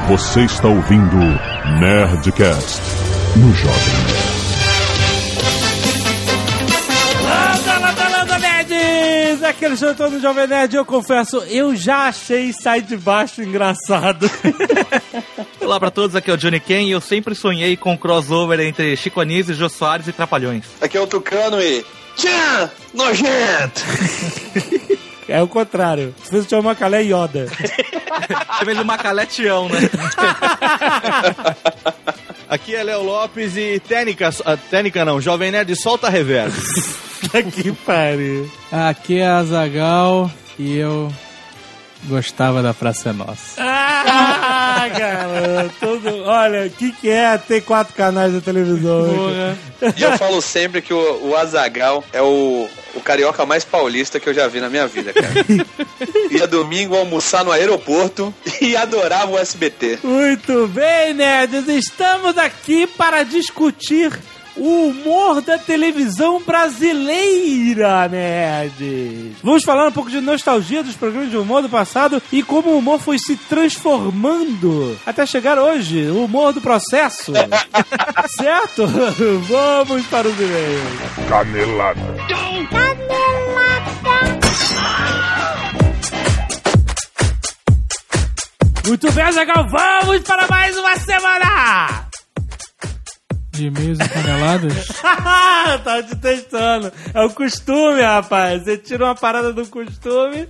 Você está ouvindo Nerdcast no Jovem Nerd. Landa, nerds! Aquele show todo do Jovem Nerd, eu confesso, eu já achei Sai de Baixo engraçado. Olá pra todos, aqui é o Johnny Ken e eu sempre sonhei com um crossover entre Chico Anísio, Jô Soares e Trapalhões. Aqui é o Tucano e... Tchan! Nojento! É o contrário. Se fosse o Macalé Yoda. Também do Macalé Tião, né? Aqui é Léo Lopes e Técnica não, Jovem Nerd solta a reverb. Que pariu. Aqui é Azaghal e eu gostava da Praça Nossa. Ah, cara, olha, o que é ter 4 canais na televisão? E eu falo sempre que o Azaghal é o carioca mais paulista que eu já vi na minha vida, cara. Ia domingo almoçar no aeroporto e adorava o SBT. Muito bem, nerds, estamos aqui para discutir o humor da televisão brasileira, nerds. Vamos falar um pouco de nostalgia dos programas de humor do passado e como o humor foi se transformando até chegar hoje, o humor do processo. Certo? Vamos para os e-mails. Canelada. Muito bem, Azaghal, vamos para mais uma semana! De e-mails e caneladas? Tava te testando. É o costume, rapaz. Você tira uma parada do costume.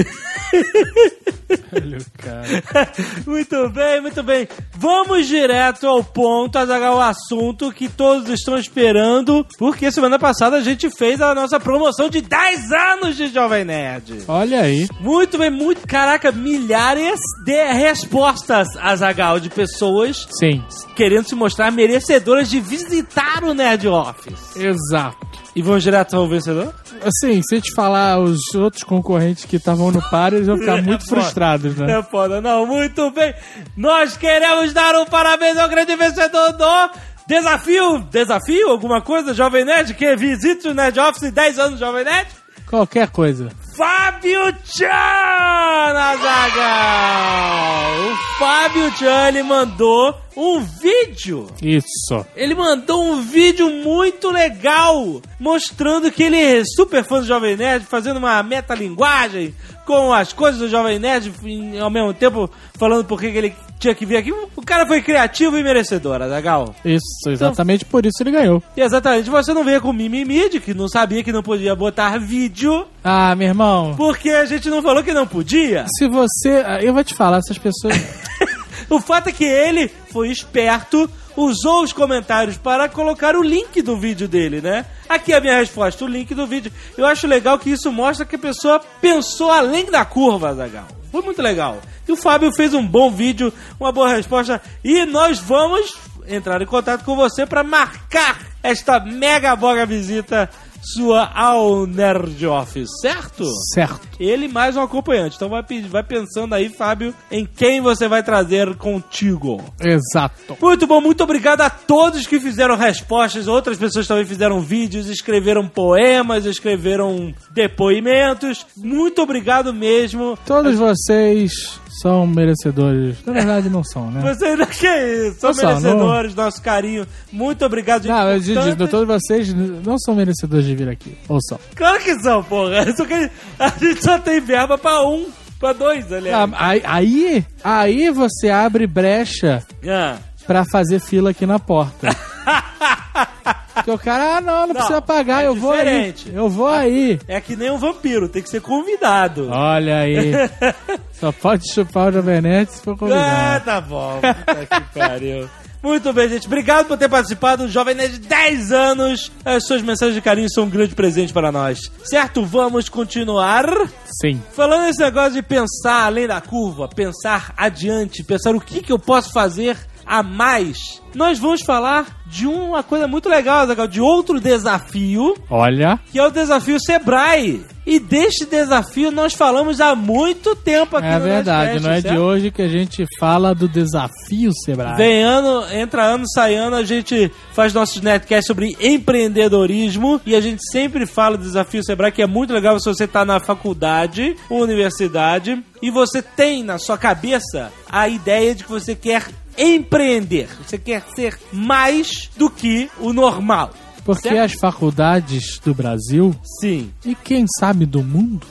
Olha o cara. Muito bem, muito bem. Vamos direto ao ponto, Azaghal, o assunto que todos estão esperando, porque semana passada a gente fez a nossa promoção de 10 anos de Jovem Nerd. Olha aí. Muito bem, caraca, milhares de respostas, Azaghal, de pessoas Sim. querendo se mostrar merecedoras de visitar o Nerd Office. Exato. E vamos direto ao vencedor? Assim, se eu te falar os outros concorrentes que estavam no par, eles vão ficar muito frustrados, né? É foda, não. Muito bem. Nós queremos dar um parabéns ao grande vencedor do desafio. Desafio? Alguma coisa? Jovem Nerd? Que visite o Nerd Office 10 anos Jovem Nerd? Qualquer coisa. Fábio Chan, Azaghal! O Fábio Chan, ele mandou um vídeo. Isso. Ele mandou um vídeo muito legal, mostrando que ele é super fã do Jovem Nerd, fazendo uma metalinguagem com as coisas do Jovem Nerd, e ao mesmo tempo falando por que ele tinha que vir aqui. O cara foi criativo e merecedor, Azaghal. Isso, exatamente por isso ele ganhou. E exatamente, você não veio com mimimi de que não sabia que não podia botar vídeo. Ah, meu irmão. Porque a gente não falou que não podia. Se você... Eu vou te falar, essas pessoas... O fato é que ele foi esperto, usou os comentários para colocar o link do vídeo dele, né? Aqui é a minha resposta, o link do vídeo. Eu acho legal que isso mostra que a pessoa pensou além da curva, Azaghal. Foi muito legal. E o Fábio fez um bom vídeo, uma boa resposta. E nós vamos entrar em contato com você para marcar esta mega boga visita sua ao Nerd Office, certo? Certo. Ele mais um acompanhante. Então vai pensando aí, Fábio, em quem você vai trazer contigo. Exato. Muito bom, muito obrigado a todos que fizeram respostas. Outras pessoas também fizeram vídeos, escreveram poemas, escreveram depoimentos. Muito obrigado mesmo. Todos vocês são merecedores. Na verdade, não são, né? Você ainda que isso? São merecedores, nosso carinho. Muito obrigado. Não, eu digo, todos vocês não são merecedores de vir aqui. Ou são? Claro que são, porra. Só que a gente só tem verba pra 2, aliás. Aí você abre brecha pra fazer fila aqui na porta. Porque o cara, não precisa pagar, eu diferente. Vou aí. Eu vou aí. É que nem um vampiro, tem que ser convidado. Olha aí. Só pode chupar o Jovem Nerd se for convidado. Ah, tá bom. Puta que pariu. Muito bem, gente. Obrigado por ter participado do Jovem Nerd 10 anos. As suas mensagens de carinho são um grande presente para nós. Certo? Vamos continuar? Sim. Falando nesse negócio de pensar além da curva, pensar adiante, pensar o que eu posso fazer a mais, nós vamos falar de uma coisa muito legal, de outro desafio. Olha. Que é o desafio Sebrae. E deste desafio nós falamos há muito tempo aqui no Nerdcast. É verdade, não é certo? De hoje que a gente fala do desafio Sebrae. Vem ano, entra ano, sai ano, a gente faz nossos Nerdcasts sobre empreendedorismo e a gente sempre fala do desafio Sebrae, que é muito legal se você está na faculdade, universidade, e você tem na sua cabeça a ideia de que você quer empreender. Você quer ser mais do que o normal. Porque certo? As faculdades do Brasil, sim, e quem sabe do mundo,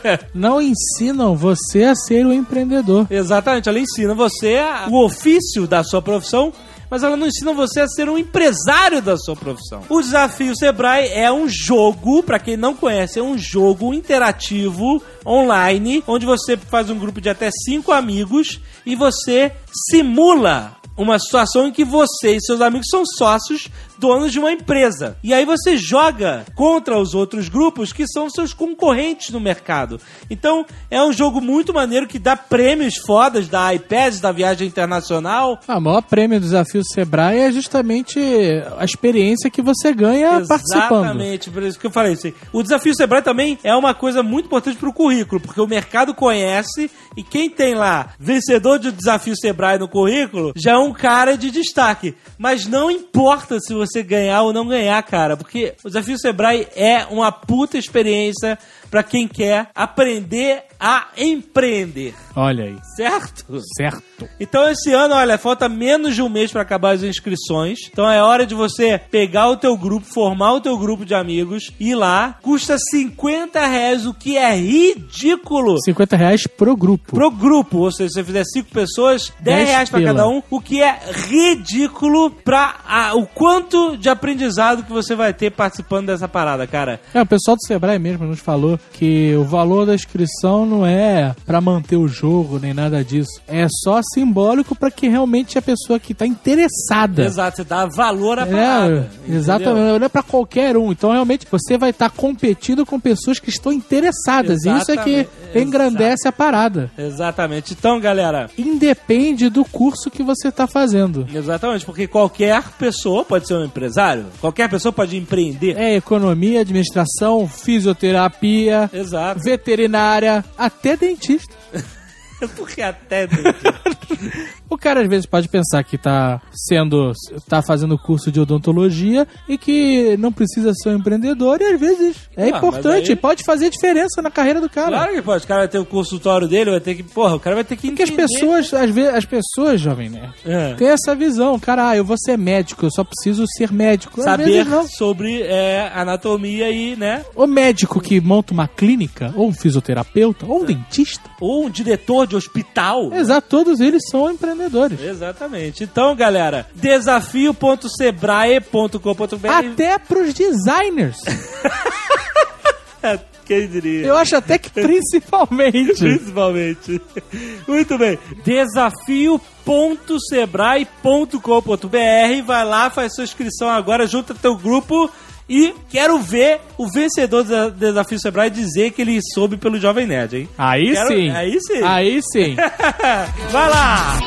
não ensinam você a ser um empreendedor. Exatamente, ela ensina você o ofício da sua profissão, mas ela não ensina você a ser um empresário da sua profissão. O Desafio Sebrae é um jogo, pra quem não conhece, é um jogo interativo online, onde você faz um grupo de até 5 amigos e você simula uma situação em que você e seus amigos são sócios, donos de uma empresa. E aí você joga contra os outros grupos que são seus concorrentes no mercado. Então, é um jogo muito maneiro que dá prêmios fodas, da iPads, da viagem internacional. O maior prêmio do Desafio Sebrae é justamente a experiência que você ganha participando. Exatamente, por isso que eu falei assim. O Desafio Sebrae também é uma coisa muito importante para o currículo, porque o mercado conhece e quem tem lá vencedor de Desafio Sebrae no currículo já é um cara de destaque. Mas não importa se você ganhar ou não ganhar, cara, porque o Desafio Sebrae é uma puta experiência pra quem quer aprender a empreender. Olha aí. Certo? Certo. Então esse ano, olha, falta menos de um mês pra acabar as inscrições. Então é hora de você pegar o teu grupo, formar o teu grupo de amigos, ir lá. Custa R$50, o que é ridículo. R$50 pro grupo. Pro grupo, ou seja, se você fizer 5 pessoas, R$10 pra cada um, o que é ridículo pra o quanto de aprendizado que você vai ter participando dessa parada, cara. O pessoal do Sebrae mesmo nos falou que o valor da inscrição não é pra manter o jogo, nem nada disso. É só simbólico pra que realmente a pessoa que tá interessada. Exato, você dá valor à parada. Exatamente, não é pra qualquer um. Então, realmente, você vai estar competindo com pessoas que estão interessadas. Exatamente. Isso é que engrandece a parada. Exatamente. Então, galera... Independe do curso que você tá fazendo. Exatamente, porque qualquer pessoa pode ser um empresário. Qualquer pessoa pode empreender. É economia, administração, fisioterapia, exato, veterinária, até dentista. Porque até dentista. O cara às vezes pode pensar que tá fazendo curso de odontologia e que não precisa ser um empreendedor, e às vezes é importante, pode fazer diferença na carreira do cara. Claro que pode, o cara vai ter o consultório dele, vai ter que, o cara vai ter que entender. Porque as pessoas, jovem, né, tem essa visão, cara, eu vou ser médico, eu só preciso ser médico. Saber sobre anatomia e, né. O médico que monta uma clínica, ou um fisioterapeuta, ou um dentista. Ou um diretor de hospital. Exato, todos eles são empreendedores. Exatamente. Então, galera, desafio.sebrae.com.br. Até pros designers. Quem diria? Eu acho até que principalmente. Principalmente. Muito bem. Desafio.sebrae.com.br. Vai lá, faz sua inscrição agora, junta teu grupo. E quero ver o vencedor do Desafio Sebrae dizer que ele soube pelo Jovem Nerd, hein? Aí sim. Aí sim. Aí sim. Vai lá!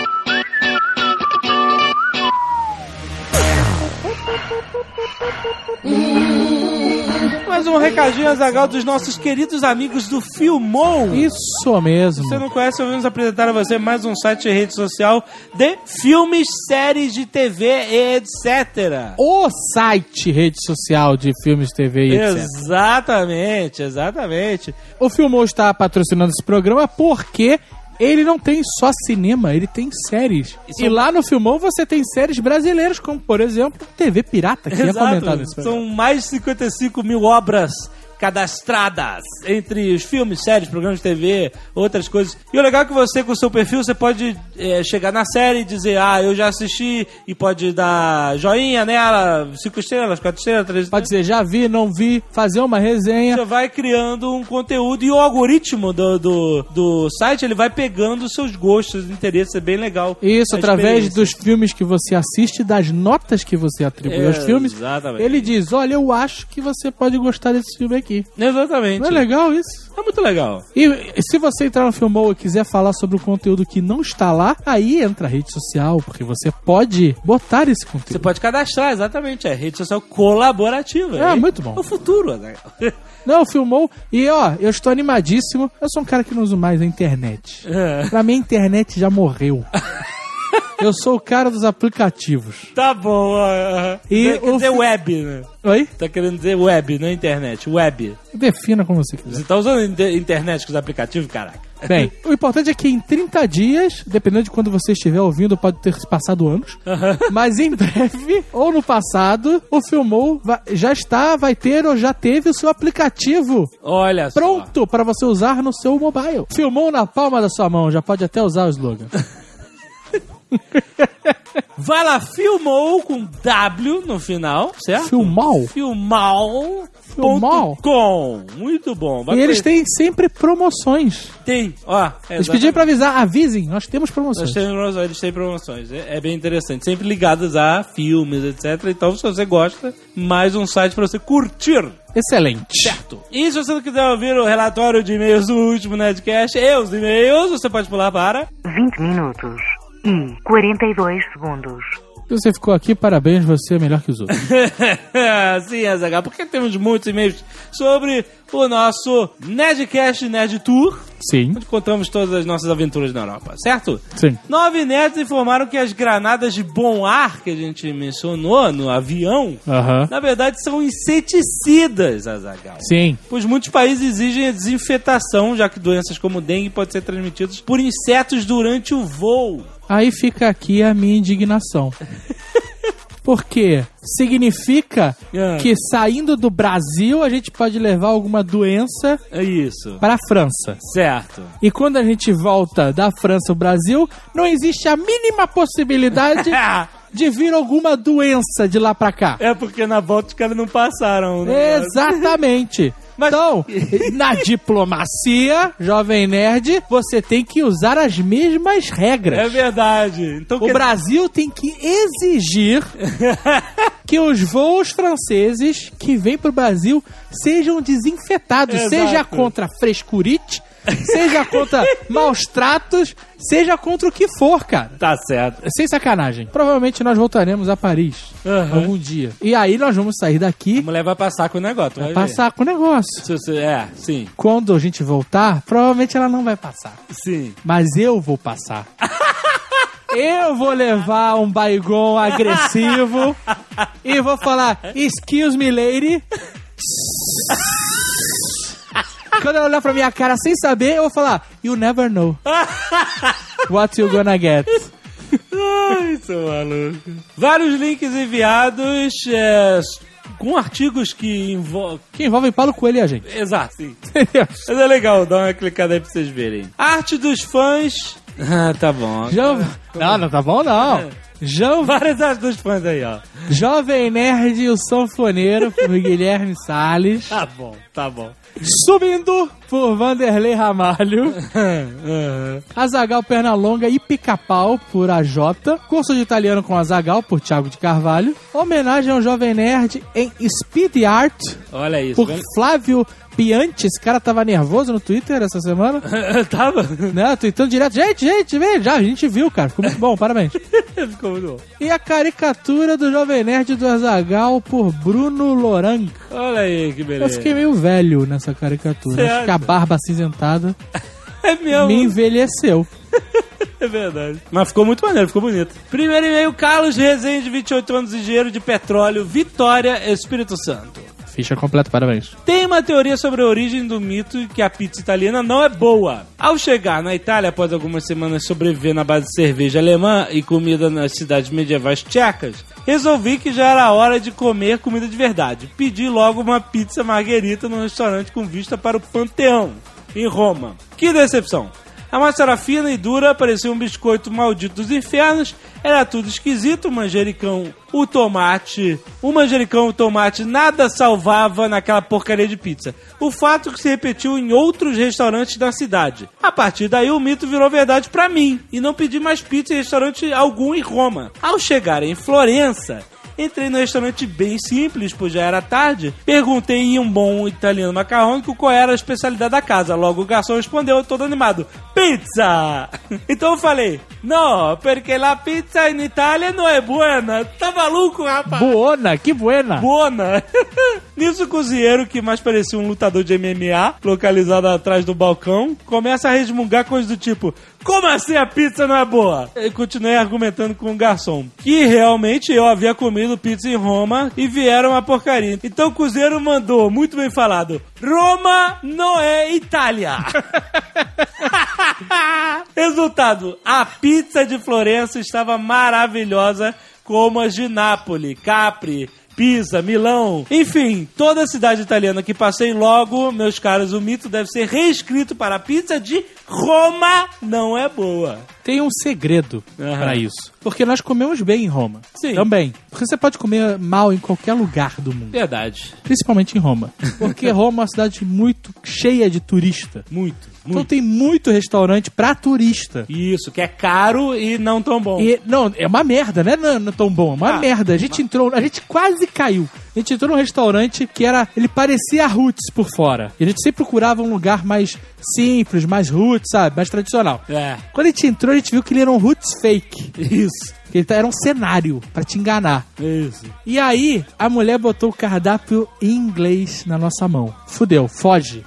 Mais um recadinho, Azaghal, dos nossos queridos amigos do Filmou. Isso mesmo. Se você não conhece, vamos apresentar a você mais um site e rede social de filmes, séries de TV e etc. O site rede social de filmes, TV e etc. Exatamente. O Filmou está patrocinando esse programa porque... ele não tem só cinema, ele tem séries. E lá no Filmou você tem séries brasileiras, como, por exemplo, TV Pirata, que é comentado nesse programa. São mais de 55 mil obras cadastradas entre os filmes, séries, programas de TV, outras coisas. E o legal é que você, com o seu perfil, você pode chegar na série e dizer, eu já assisti, e pode dar joinha nela, 5 estrelas, 4 estrelas, 3 estrelas. Pode dizer, já vi, não vi, fazer uma resenha. Você vai criando um conteúdo e o algoritmo do site, ele vai pegando os seus gostos, interesses, é bem legal. Isso, através dos filmes que você assiste, das notas que você atribui aos filmes, exatamente. Ele diz, olha, eu acho que você pode gostar desse filme aqui. aqui. Exatamente. Não é legal isso? É muito legal. E se você entrar no Filmou e quiser falar sobre o conteúdo que não está lá, aí entra a rede social, porque você pode botar esse conteúdo. Você pode cadastrar, exatamente. É rede social colaborativa. É, muito bom. É o futuro, Azaghal. Não, Filmou. E ó, eu estou animadíssimo. Eu sou um cara que não uso mais a internet. Pra mim a internet já morreu. Eu sou o cara dos aplicativos. Tá bom. E quer dizer web, né? Oi? Tá querendo dizer web, não internet. Web. Defina como você quiser. Você tá usando internet com os aplicativos, caraca? Bem, o importante é que em 30 dias, dependendo de quando você estiver ouvindo, pode ter passado anos, mas em breve, ou no passado, o Filmou vai ter ou já teve o seu aplicativo Olha só. pronto para você usar no seu mobile. Filmou na palma da sua mão, já pode até usar o slogan. Vai lá, Filmou com W no final, certo? Filmou? Filmou.com. Muito bom. Vai E eles conhecer. têm sempre promoções. Tem, ó. Eles pediram pra avisar, avisem, nós temos promoções. Eles têm promoções. É bem interessante. Sempre ligadas a filmes, etc. Então, se você gosta, mais um site pra você curtir. Excelente. Certo. E se você não quiser ouvir o relatório de e-mails do último Nerdcast e os e-mails, você pode pular para 20 minutos e 42 segundos. Se você ficou aqui, parabéns, você é melhor que os outros. Sim, Azaghal, porque temos muitos e-mails sobre o nosso Nerdcast Nerd Tour, Sim. onde contamos todas as nossas aventuras na Europa, certo? Sim. 9 nerds informaram que as granadas de bom ar que a gente mencionou no avião, Aham. na verdade são inseticidas, Azaghal. Sim. Pois muitos países exigem a desinfetação, já que doenças como dengue podem ser transmitidas por insetos durante o voo. Aí fica aqui a minha indignação. Porque significa que saindo do Brasil a gente pode levar alguma doença É isso. para a França. Certo. E quando a gente volta da França ao Brasil, não existe a mínima possibilidade de vir alguma doença de lá pra cá. É porque na volta os caras não passaram, né? Exatamente. Mas- Então, na diplomacia, Jovem Nerd, você tem que usar as mesmas regras. É verdade. Então, O Brasil tem que exigir que os voos franceses que vêm pro Brasil sejam desinfetados, Exato. seja contra frescurite, seja contra maus tratos, seja contra o que for, cara. Tá certo. Sem sacanagem. Provavelmente nós voltaremos a Paris algum dia. E aí nós vamos sair A daqui mulher vai passar com o negócio. e passar com o negócio. Sim. Quando a gente voltar, provavelmente ela não vai passar. Sim. Mas eu vou passar. Eu vou levar um baigon agressivo e vou falar, excuse me, lady. Quando ela olhar pra minha cara sem saber, eu vou falar, you never know what you gonna get. Ai, seu maluco. Vários links enviados com artigos que envolvem... Que envolve Paulo Coelho e a gente. Exato, sim. Mas é legal, dá uma clicada aí pra vocês verem. Arte dos fãs... Ah, tá bom. Não tá bom não. Várias artes dos fãs aí, ó. Jovem Nerd e o Sanfoneiro por Guilherme Salles. Tá bom, tá bom. Subindo por Vanderlei Ramalho. Azaghal Pernalonga e Pica-Pau por AJ. Curso de Italiano com Azaghal por Thiago de Carvalho. Homenagem ao Jovem Nerd em Speed Art Olha isso. por Flávio Bianchi. Esse cara tava nervoso no Twitter essa semana. Tava? Né? Tweetando direto. Gente, vem. Já, a gente viu, cara. Ficou muito bom, parabéns. Ficou muito bom. E a caricatura do Jovem Nerd do Azaghal por Bruno Loranc. Olha aí, que Eu beleza. fiquei meio velho nessa caricatura. Certo. Acho que a barba acinzentada É mesmo. me envelheceu. É verdade. Mas ficou muito maneiro, ficou bonito. Primeiro e-mail, Carlos Rezende, 28 anos, engenheiro de petróleo, Vitória, Espírito Santo. Ficha completa, parabéns. Tem uma teoria sobre a origem do mito que a pizza italiana não é boa. Ao chegar na Itália, após algumas semanas sobreviver na base de cerveja alemã e comida nas cidades medievais tchecas, resolvi que já era hora de comer comida de verdade. Pedi logo uma pizza margherita num restaurante com vista para o Panteão, em Roma. Que decepção! A massa era fina e dura, parecia um biscoito maldito dos infernos, era tudo esquisito, o manjericão, o tomate, nada salvava naquela porcaria de pizza. O fato que se repetiu em outros restaurantes da cidade. A partir daí o mito virou verdade pra mim, e não pedi mais pizza em restaurante algum em Roma. Ao chegar em Florença, Entrei no restaurante bem simples, pois já era tarde. Perguntei em um bom italiano macarrônico qual era a especialidade da casa. Logo o garçom respondeu todo animado: pizza! Então eu falei: não, porque la pizza in Itália não é buena. Tá maluco, rapaz? Buona, que buena. Buona. Nisso o cozinheiro, que mais parecia um lutador de MMA, localizado atrás do balcão, começa a resmungar coisas do tipo: como assim a pizza não é boa? Eu continuei argumentando com o garçom que realmente eu havia comido pizza em Roma e vieram uma porcaria. Então o cozinheiro mandou, muito bem falado: Roma não é Itália. Resultado: a pizza de Florença estava maravilhosa, como as de Nápoles, Capri, Pisa, Milão, enfim, toda a cidade italiana que passei. Logo, meus caros, o mito deve ser reescrito para a pizza de Roma não é boa. Tem um segredo pra isso. Porque nós comemos bem em Roma. Sim. Também. Porque você pode comer mal em qualquer lugar do mundo. Verdade. Principalmente em Roma. Porque Roma é uma cidade muito cheia de turista. Muito. Então tem muito restaurante pra turista. Isso, que é caro e não tão bom. E, não, é uma merda, né? Não é tão bom, é uma merda. A gente quase caiu. A gente entrou num restaurante que ele parecia roots por fora. E a gente sempre procurava um lugar mais simples, mais roots, sabe? Mais tradicional. É. Quando a gente entrou, a gente viu que ele era um roots fake. Isso. Que ele era um cenário pra te enganar. Isso. E aí, a mulher botou o cardápio em inglês na nossa mão. Fudeu, foge.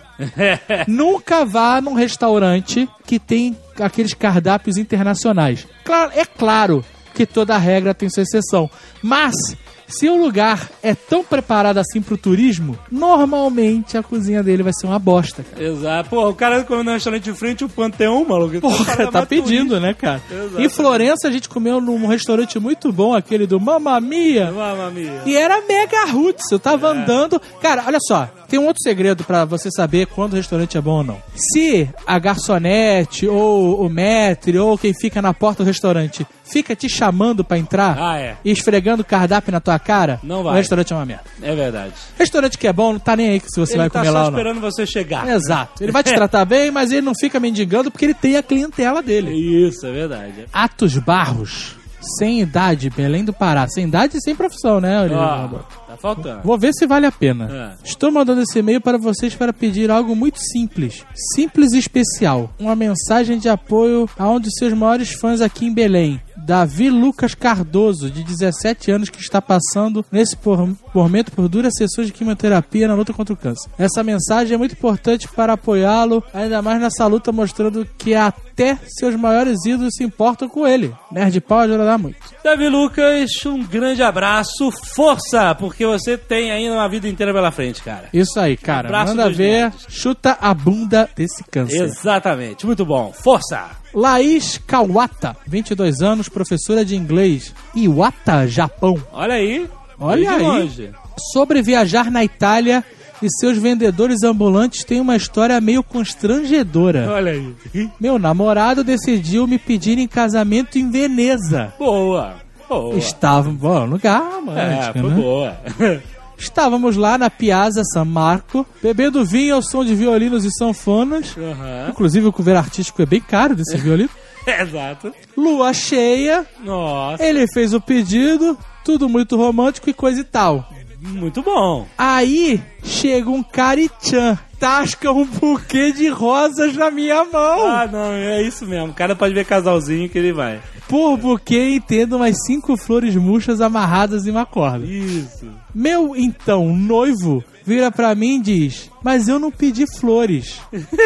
Nunca vá num restaurante que tem aqueles cardápios internacionais. Claro, é claro que toda regra tem sua exceção. Mas, se o lugar é tão preparado assim pro turismo, normalmente a cozinha dele vai ser uma bosta, cara. Exato. Pô, o cara comeu no restaurante de frente o Panteão, maluco. Porra, tá pedindo, né, cara? Exato. Em Florença, a gente comeu num restaurante muito bom, aquele do Mamma Mia. Mamma Mia. E era mega roots. Eu tava andando... Cara, olha só. Tem um outro segredo pra você saber quando o restaurante é bom ou não. Se a garçonete, ou o maître, ou quem fica na porta do restaurante fica te chamando pra entrar e esfregando o cardápio na tua cara, não vai. O restaurante é uma merda. É verdade. Restaurante que é bom não tá nem aí se você vai comer lá ou não. Ele tá só esperando você chegar. Exato. Ele vai te tratar bem, mas ele não fica mendigando porque ele tem a clientela dele. Isso, é verdade. Atos Barros, sem idade, Belém do Pará. Sem idade e sem profissão, né? Tá faltando. Vou ver se vale a pena. Estou mandando esse e-mail para vocês para pedir algo muito simples. Simples e especial. Uma mensagem de apoio a um de seus maiores fãs aqui em Belém. Davi Lucas Cardoso, de 17 anos, que está passando nesse momento por duras sessões de quimioterapia na luta contra o câncer. Essa mensagem é muito importante para apoiá-lo, ainda mais nessa luta, mostrando que até seus maiores ídolos se importam com ele. Nerd Pau ajudará muito. Davi Lucas, um grande abraço, força, porque você tem ainda uma vida inteira pela frente, cara. Isso aí, cara. Abraço manda ver, nerds. chuta a bunda desse câncer. Exatamente, muito bom. Força! Laís Kawata, 22 anos, professora de inglês, Iwata, Japão. Olha aí. Olha aí. Longe. Sobre viajar na Itália e seus vendedores ambulantes têm uma história meio constrangedora. Olha aí. Meu namorado decidiu me pedir em casamento em Veneza. Boa. Estava bom lugar romântico, foi né? boa. Estávamos lá na Piazza San Marco, bebendo vinho ao som de violinos e sanfonas. Inclusive o cover artístico é bem caro desse violino. Exato. Lua cheia. Nossa. Ele fez o pedido, tudo muito romântico e coisa e tal. Muito bom. Aí chega um carichan, tasca um buquê de rosas na minha mão. Ah, não, é isso mesmo. O cara pode ver casalzinho que ele vai. Por buquê, entendo umas 5 flores murchas amarradas em uma corda. Isso. Meu, então, noivo vira pra mim e diz: mas eu não pedi flores.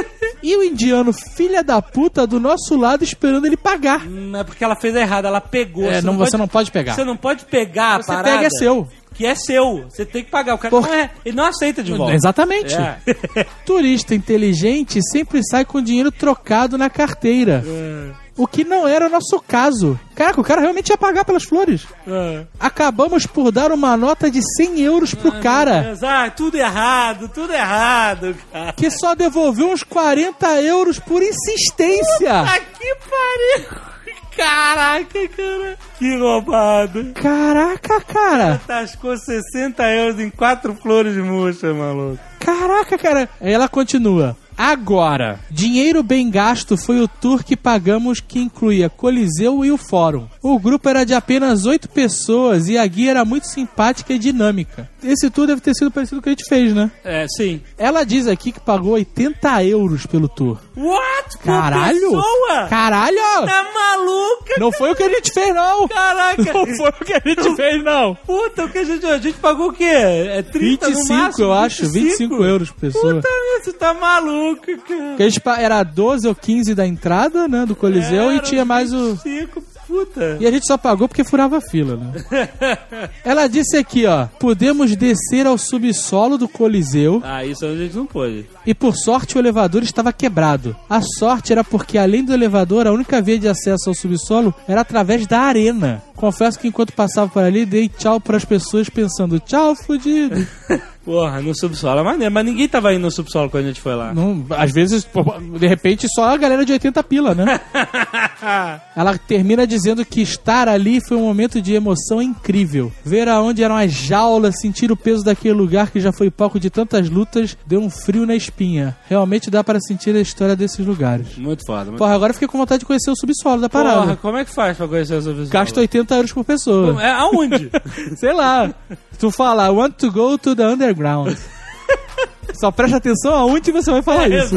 E o indiano, filha da puta, do nosso lado esperando ele pagar. É porque ela fez errado, ela pegou. Você não pode pegar. Você não pode pegar a parada. Você pega, é seu. Que é seu. Você tem que pagar. O cara ele não aceita de volta. Exatamente. Turista inteligente sempre sai com dinheiro trocado na carteira. O que não era o nosso caso. Caraca, o cara realmente ia pagar pelas flores. Acabamos por dar uma nota de 100 euros pro cara. Tudo errado, cara. Que só devolveu uns 40 euros por insistência. Puta que pariu. Caraca, cara. Que roubado. Caraca, cara. Tascou 60 euros em 4 flores de murcha, maluco. Caraca, cara. Aí ela continua. Agora, dinheiro bem gasto foi o tour que pagamos, que incluía Coliseu e o Fórum. O grupo era de apenas 8 pessoas e a guia era muito simpática e dinâmica. Esse tour deve ter sido parecido com o que a gente fez, né? É, sim. Ela diz aqui que pagou 80 euros pelo tour. What? Caralho! Pessoa? Caralho! Tá maluca? Não foi o que a gente fez, não! Caraca! Não foi o que a gente fez, não! Puta, o que a gente pagou o quê? É 30 no 25, máximo? eu acho. 25 euros por pessoa. Puta, você tá maluco, cara. Que a gente era 12 ou 15 da entrada, né, do Coliseu, e tinha mais o... 25, puta. E a gente só pagou porque furava a fila, né? Ela disse aqui, ó, podemos descer ao subsolo do Coliseu. Ah, isso a gente não pôde. E por sorte o elevador estava quebrado. A sorte era porque além do elevador, a única via de acesso ao subsolo era através da arena. Confesso que enquanto passava por ali, dei tchau pras pessoas pensando, tchau, fudido. Porra, no subsolo é maneiro, mas ninguém tava indo no subsolo quando a gente foi lá. Não, às vezes, de repente, só a galera de 80 pila, né? Ela termina dizendo que estar ali foi um momento de emoção incrível. Ver aonde eram as jaulas, sentir o peso daquele lugar que já foi palco de tantas lutas, deu um frio na espinha. Realmente dá para sentir a história desses lugares. Muito foda. Muito Porra, agora eu fiquei com vontade de conhecer o subsolo da parada. Porra, como é que faz pra conhecer o subsolo? Gasta 80 euros por pessoa. É, aonde? Sei lá. Tu fala, want to go to the underground. Só presta atenção aonde você vai falar isso.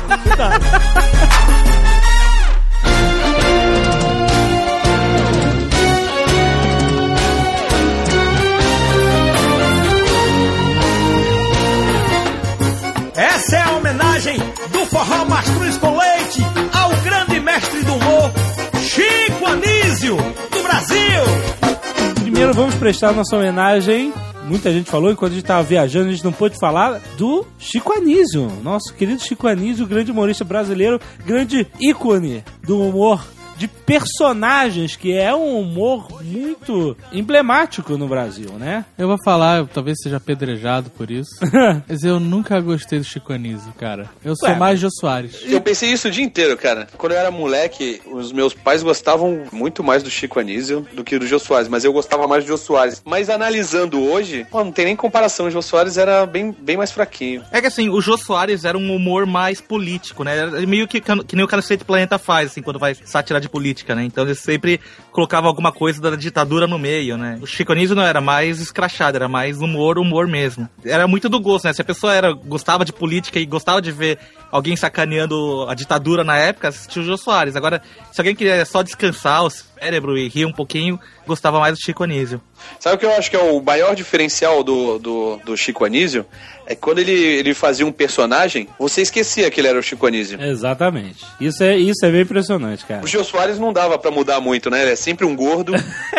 Essa é a homenagem do Forró Mastruz com Leite ao grande mestre do humor, Chico Anísio, do Brasil. Primeiro vamos prestar nossa homenagem. Muita gente falou, enquanto a gente estava viajando, a gente não pôde falar do Chico Anísio. Nosso querido Chico Anísio, grande humorista brasileiro, grande ícone do humor de personagens, que é um humor muito emblemático no Brasil, né? Eu vou falar, talvez seja apedrejado por isso, mas eu nunca gostei do Chico Anísio, cara. Eu sou mais Jô Soares. Eu pensei isso o dia inteiro, cara. Quando eu era moleque, os meus pais gostavam muito mais do Chico Anísio do que do Jô Soares, mas eu gostava mais do Jô Soares. Mas analisando hoje, pô, não tem nem comparação. O Jô Soares era bem mais fraquinho. É que assim, o Jô Soares era um humor mais político, né? Era meio que nem o Cacete Planeta faz, assim, quando vai sátira de política, né? Então ele sempre colocava alguma coisa da ditadura no meio, né? O Chico Anísio não era mais escrachado, era mais humor mesmo. Era muito do gosto, né? Se a pessoa gostava de política e gostava de ver alguém sacaneando a ditadura na época, assistia o Jô Soares. Agora, se alguém queria só descansar o cérebro e rir um pouquinho, gostava mais do Chico Anísio. Sabe o que eu acho que é o maior diferencial do Chico Anísio? É que quando ele fazia um personagem, você esquecia que ele era o Chico Anísio. Exatamente. Isso é bem impressionante, cara. O Jô Soares não dava pra mudar muito, né? Ele é sempre um gordo.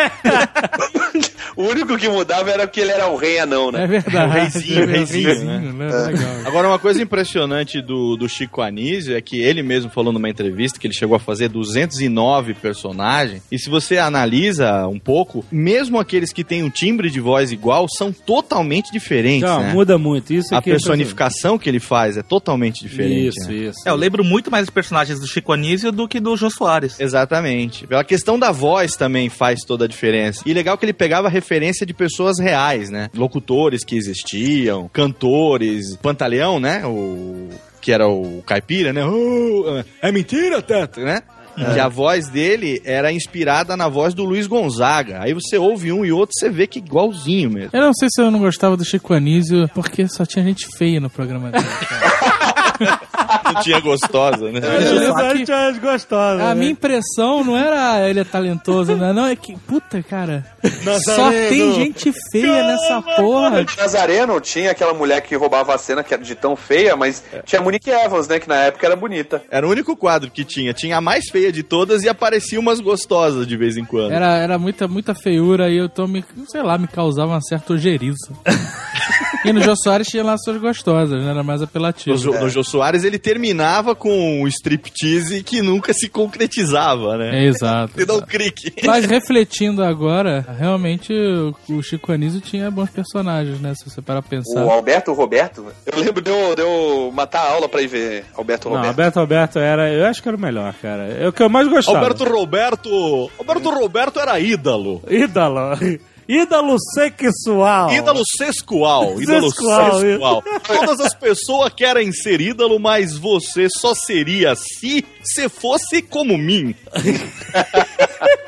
O único que mudava era que ele era o rei anão, né? É verdade. O reizinho, né? Legal. Agora, uma coisa impressionante do Chico Anísio é que ele mesmo falou numa entrevista que ele chegou a fazer 209 personagens, e se você analisa um pouco, mesmo aqueles que têm um timbre de voz igual, são totalmente diferentes, Não, né? muda muito. Isso A aqui personificação que ele faz é totalmente diferente. Isso, né? isso. Eu lembro muito mais dos personagens do Chico Anísio do que do Jô Soares. Exatamente. A questão da voz também faz toda a diferença. E legal que ele pegava referência de pessoas reais, né? Locutores que existiam, cantores, Pantaleão, né? Que era o caipira, né? É mentira, Teta, né? Que a voz dele era inspirada na voz do Luiz Gonzaga. Aí você ouve um e outro, você vê que igualzinho mesmo. Eu não sei se eu não gostava do Chico Anísio, porque só tinha gente feia no programa dele, cara. Não tinha gostosa, né? Gostosa, A minha impressão não era ele é talentoso, né? Não, é que, puta, cara, só tem gente feia nessa porra. Nazareno tinha aquela mulher que roubava a cena, que era de tão feia, mas tinha a Monique Evans, né? Que na época era bonita. Era o único quadro que tinha. Tinha a mais feia de todas e aparecia umas gostosas de vez em quando. Era muita feiura e eu me causava uma certa ojeriza. E no Jô Soares tinha lá suas gostosas, né? Era mais apelativo. No Jô Soares ele terminava com um striptease que nunca se concretizava, né? Exato. Você dá um clique. Mas refletindo agora, realmente o Chico Anísio tinha bons personagens, né? Se você parar pra pensar. O Alberto Roberto, eu lembro de eu matar a aula pra ir ver Alberto Roberto. Não, Alberto Roberto eu acho que era o melhor, cara. É o que eu mais gostava. Alberto Roberto era ídolo. Ídolo sexual. Ídolo sexual. Todas as pessoas querem ser ídolo, mas você só seria se fosse como mim.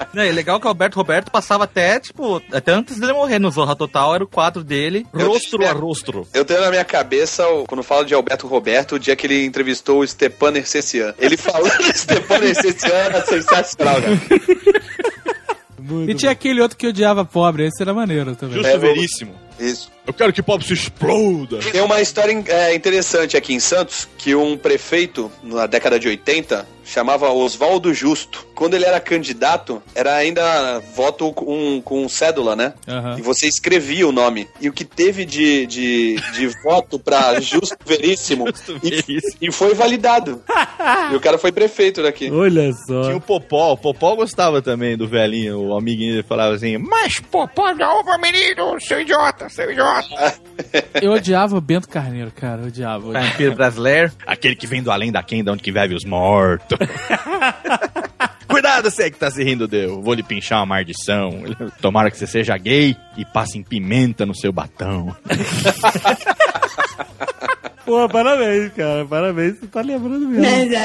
É legal que o Alberto Roberto passava até antes dele morrer no Zorra Total, era o quadro dele, rostro a rostro. Eu tenho na minha cabeça, quando falo de Alberto Roberto, o dia que ele entrevistou o Stepan Ercecian. Ele falando de Stepan Ercecian era sensacional, cara. E tinha aquele outro que odiava pobre, esse era maneiro também. Justo Veríssimo. Isso. Eu quero que pobre se exploda. Tem uma história interessante aqui em Santos, que um prefeito, na década de 80, chamava Oswaldo Justo. Quando ele era candidato, era ainda voto com cédula, né? Uhum. E você escrevia o nome. E o que teve de voto pra Justo Veríssimo, e foi validado. E o cara foi prefeito daqui. Olha só. Tinha o Popó. O Popó gostava também do velhinho. O amiguinho dele falava assim, mas Popó não, meu menino, seu idiota, seu idiota. Eu odiava o Bento Carneiro, cara. Eu odiava. Vampiro brasileiro. Aquele que vem do além da quem, de onde que vive os mortos. Cuidado, você que tá se rindo de eu vou lhe pinchar uma maldição. Tomara que você seja gay e passe em pimenta no seu batão. Pô, parabéns, cara. Parabéns, você tá lembrando mesmo.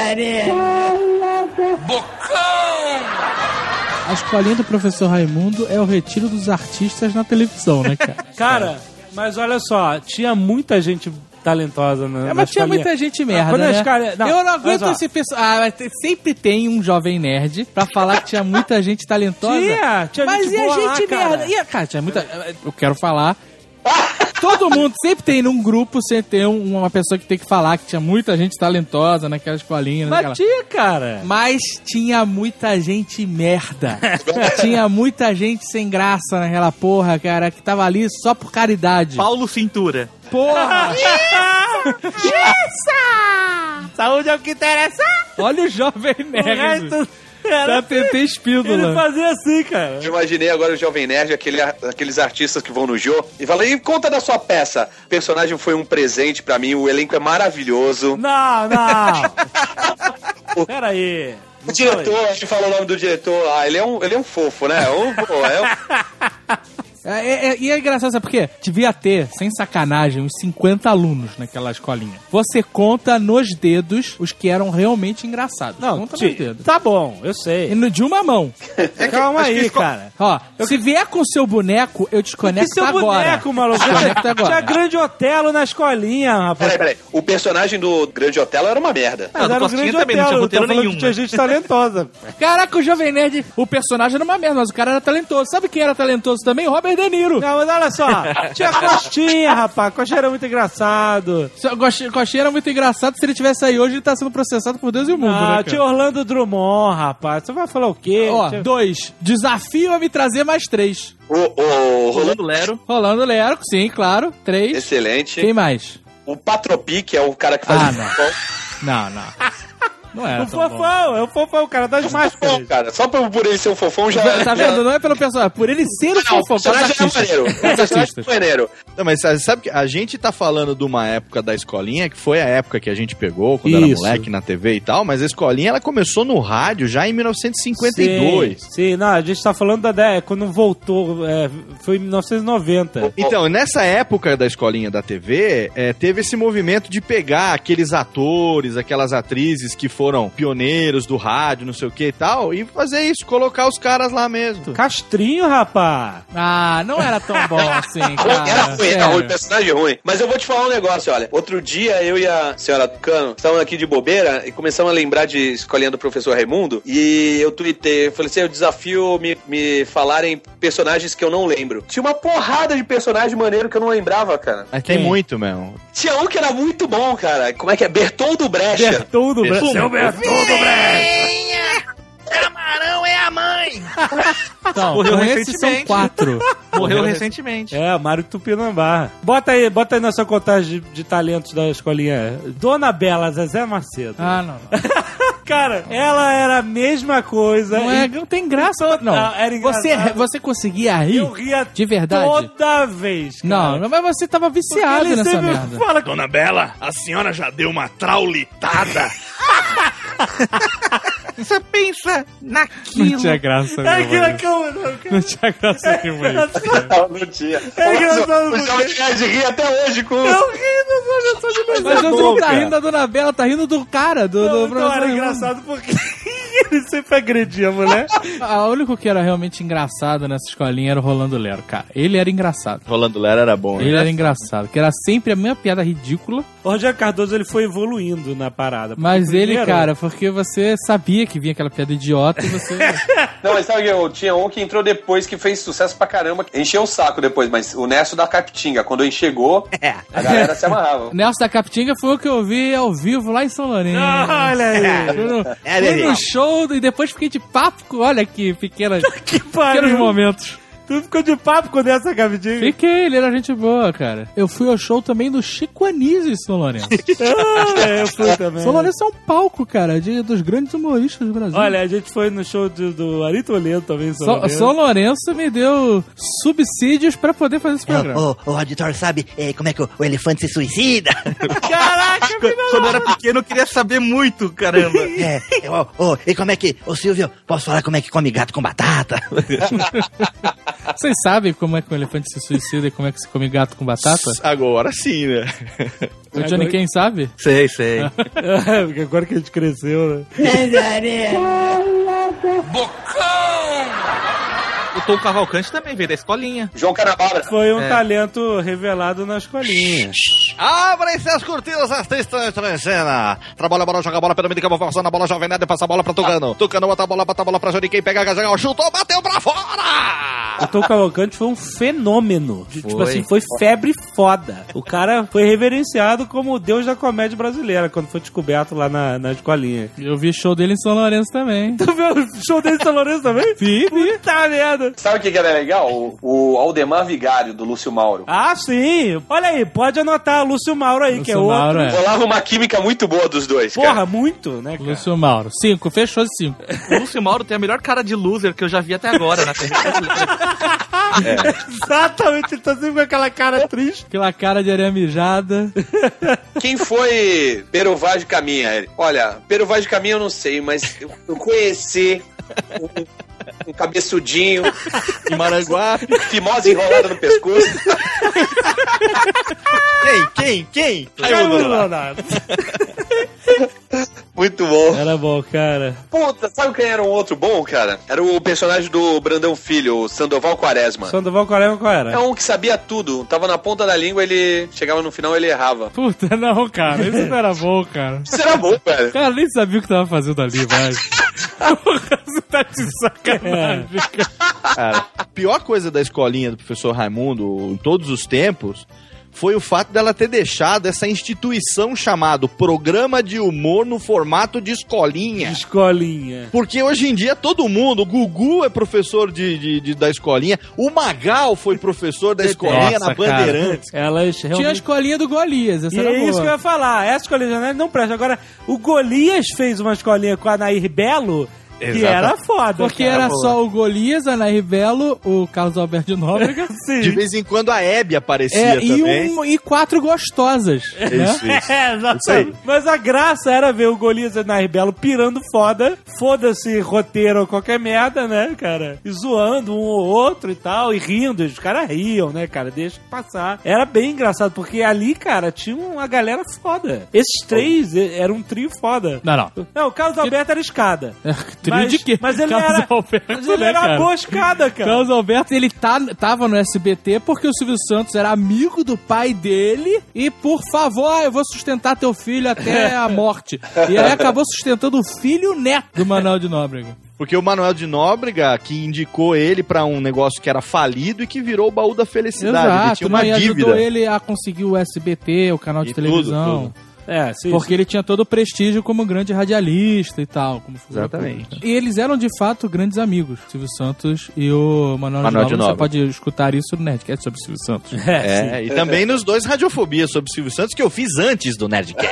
A escolinha do professor Raimundo é o retiro dos artistas na televisão, né, cara? Cara, mas olha só, tinha muita gente talentosa na Mas tinha escolinha. muita gente merda, Quando a né? escolinha- não, eu não mas aguento ó. esse pessoal. Sempre tem um jovem nerd pra falar que tinha muita gente talentosa. Tinha mas gente e a boa lá, gente cara. merda? Cara, tinha muita... Eu quero falar... Todo mundo sempre tem num grupo, sempre tem uma pessoa que tem que falar que tinha muita gente talentosa naquela escolinha. Mas tinha, cara. Mas tinha muita gente merda. Tinha muita gente sem graça naquela porra, cara, que tava ali só por caridade. Paulo Cintura. Porra! Isso! Saúde é o que interessa. Olha o jovem O nerd. resto era... Da PT Espíndola. Ele fazia assim, cara. Eu imaginei agora o Jovem Nerd, aqueles artistas que vão no Jô, e fala, e conta da sua peça. O personagem foi um presente pra mim, o elenco é maravilhoso. Não. Pera aí. O diretor, a gente falou o nome do diretor, ele é um fofo, né? E é engraçado, sabe por quê? Devia ter, sem sacanagem, uns 50 alunos naquela escolinha. Você conta nos dedos os que eram realmente engraçados. Não, conta nos dedos. tá bom, eu sei. De uma mão. Calma aí, cara. Ó, se vier com o seu boneco, eu desconecto seu agora. boneco, maluco? Desconecto agora. Tinha Grande Otelo na escolinha, rapaz. Peraí. O personagem do Grande Otelo era uma merda. Mas era o Grande também não tinha Otelo, roteiro eu tô falando nenhum, que tinha né? gente talentosa. Caraca, o Jovem Nerd, o personagem era uma merda, mas o cara era talentoso. Sabe quem era talentoso também? Robert De Niro. Não, mas olha só, tinha Coxinha, rapaz. Coxinha era muito engraçado. Coxinha era muito engraçado. Se ele tivesse aí hoje, ele tá sendo processado por Deus e o mundo, né, cara? Tinha Orlando Drummond, rapaz. Você vai falar o quê? Ó, Tinha... 2. Desafio a me trazer mais 3. Rolando Lero. Rolando Lero, sim, claro. 3. Excelente. Quem mais? O Patropi, que é o cara que faz Ah, o não. futebol. Não. Não era O tão bom. fofão, é o fofão, o cara das máscaras. Fofão, cara. Só por ele ser um fofão já... Tá vendo? Não é pelo personagem, por ele ser o Não, o fofão. personagem é maneiro. O personagem é maneiro. Não, mas sabe que a gente tá falando de uma época da escolinha, que foi a época que a gente pegou, quando era Isso. moleque na TV e tal, mas a escolinha ela começou no rádio já em 1952. Sim, não, a gente tá falando quando voltou, foi em 1990. Então, nessa época da escolinha da TV, teve esse movimento de pegar aqueles atores, aquelas atrizes que foram pioneiros do rádio, não sei o que e tal, e fazer isso, colocar os caras lá mesmo. Castrinho, rapaz. Ah, não era tão bom assim, cara. Era ruim, Sério. personagem ruim. Mas eu vou te falar um negócio, olha. Outro dia, eu e a senhora Tucano estávamos aqui de bobeira e começamos a lembrar de escolinha do professor Raimundo. E eu tuitei, eu falei assim, eu desafio me falarem personagens que eu não lembro. Tinha uma porrada de personagem maneiro que eu não lembrava, cara. Mas tem muito mesmo. Tinha um que era muito bom, cara. Como é que é? Bertoldo Brecha. Bertoldo Brecha. Seu Bertoldo Brecha. Camarão é a mãe! Então, Morreu esses são recentemente. 4. Morreu recentemente. Mário Tupinambá. Bota aí na sua contagem de talentos da escolinha. Dona Bela, Zezé Macedo. Ah, não. Cara, ela era a mesma coisa. Não tem graça. Não. Era engraçado. Você conseguia rir? Eu ria de verdade? toda vez, cara. Não, mas você tava viciado Ele nessa sempre merda. fala Dona Bela, a senhora já deu uma traulitada. Você pensa naquilo. Não tinha graça, É meu que mano. calma, não, cara. Não tinha graça nenhuma. Não tinha. É engraçado O porque- Jovem Nerd ri até hoje com... Eu ri das versões de Mas Luzia você Boca. não tá rindo da Dona Bela, tá rindo do cara, do Não, professor era Raimundo. engraçado porque ele sempre agredia a mulher. O único que era realmente engraçado nessa escolinha era o Rolando Lero, cara. Ele era engraçado. Rolando Lero era bom, Ele era engraçado, que era sempre a mesma piada ridícula. O Rogério Cardoso, ele foi evoluindo na parada. Mas ele, primeiro... cara, porque você sabia que vinha aquela piada idiota e você... Não, mas sabe que eu tinha um que entrou depois que fez sucesso pra caramba. Encheu o saco depois, mas o Nerso da Capitinga, quando ele chegou, a galera se amarrava. Nelson da Capitinga foi o que eu vi ao vivo lá em São Lourenço. Olha aí. Fui no show e depois fiquei de papo. Olha que pequenos pariu. momentos. Tu ficou de papo com essa Capitinga? Fiquei, ele era gente boa, cara. Eu fui ao show também do Chico Anísio em São Lourenço. Eu fui também. São Lourenço é um palco, cara, dos grandes humoristas do Brasil. Olha, a gente foi no show do Ari Toledo também em São Lourenço. São Lourenço me deu subsídios pra poder fazer esse programa. O auditor sabe como é que o elefante se suicida? Caraca, Quando eu era pequeno eu queria saber muito, caramba. E como é que... Ô Silvio, posso falar como é que come gato com batata? Vocês sabem como é que um elefante se suicida e como é que se come gato com batata? Agora sim, né? O Johnny Quem sabe? Sei. Porque agora que a gente cresceu, né? O Tom Cavalcante também veio da escolinha. João Carabara. Foi um talento revelado na escolinha. Abrem-se as cortinas esta instante na cena. Trabalha a bola, joga a bola pelo meio de campo, passando a bola, Jovem Nerd passa a bola pra Tucano. Tucano bota a bola pra Johnny Quem, pega a Gazagal, chutou, bateu pra fora! O Tom Cavalcante foi um fenômeno. Tipo assim, foi febre foda. O cara foi reverenciado como o deus da comédia brasileira quando foi descoberto lá na escolinha. Eu vi show dele em São Lourenço também. Tu viu o show dele em São Lourenço também? Vi. Puta merda. Sabe o que era legal? O Aldemar Vigário, do Lúcio Mauro. Ah, sim. Olha aí, pode anotar o Lúcio Mauro aí, que é outro. Mauro, é. Rolava uma química muito boa dos dois, Porra, cara. muito, né, cara? Lúcio Mauro. 5, fechou de 5. O Lúcio Mauro tem a melhor cara de loser que eu já vi até agora na TV. Exatamente, ele tá sempre com aquela cara triste. Aquela cara de areia mijada. Quem foi Pero Vaz de Caminha? Ele? Olha, Pero Vaz de Caminha eu não sei, mas eu conheci um cabeçudinho Em Maranguá. fimose enrolada no pescoço. Quem? Raimundo Donato. Muito bom. Era bom, cara. Puta, sabe quem era um outro bom, cara? Era o personagem do Brandão Filho, o Sandoval Quaresma. Sandoval Quaresma qual era? É um que sabia tudo. Tava na ponta da língua, ele chegava no final ele errava. Puta, não, cara. Isso não era bom, cara. Isso era bom, velho. Cara, nem sabia o que tava fazendo ali, mas... Você tá de sacanagem, cara. Cara, a pior coisa da escolinha do professor Raimundo em todos os tempos foi o fato dela ter deixado essa instituição chamada Programa de Humor no formato de escolinha. Escolinha. Porque hoje em dia todo mundo, o Gugu é professor da escolinha, o Magal foi professor da escolinha na Bandeirantes. Elas Tinha a realmente... escolinha do Golias, essa E era é boa. isso que eu ia falar. Essa escolinha não presta. Agora, o Golias fez uma escolinha com a Nair Belo, que era foda. Porque cara. era só o Golias, a Nair Belo, o Carlos Alberto de Nóbrega. Sim. De vez em quando a Hebe aparecia também. E 4 gostosas. Né? Isso. Exatamente. Mas a graça era ver o Golias e a Nair Belo pirando foda-se roteiro ou qualquer merda, né, cara? E zoando um ou outro e tal, e rindo. Os caras riam, né, cara? Deixa passar. Era bem engraçado, porque ali, cara, tinha uma galera foda. Esses três eram um trio foda. Não. Não, o Carlos Alberto era escada. Trio de quê? Mas ele Carlos era, Alberto, mas ele né, era cara? uma boa escada, cara. Carlos Alberto, ele tava no SBT porque o Silvio Santos era amigo do pai dele e, por favor, eu vou sustentar teu filho até a morte. E aí acabou sustentando o filho e o neto do Manuel de Nóbrega. Porque o Manuel de Nóbrega que indicou ele pra um negócio que era falido e que virou o Baú da Felicidade. Ele tinha uma e dívida. ajudou ele a conseguir o SBT, o canal de televisão. Tudo. É, sim. Porque ele tinha todo o prestígio como grande radialista e tal. Como Exatamente. E eles eram, de fato, grandes amigos. Silvio Santos e o Manuel de de Nóbrega. Você Nóbrega. pode escutar isso no Nerdcast sobre o Silvio Santos. E também nos 2 Radiofobia sobre Silvio Santos que eu fiz antes do Nerdcast.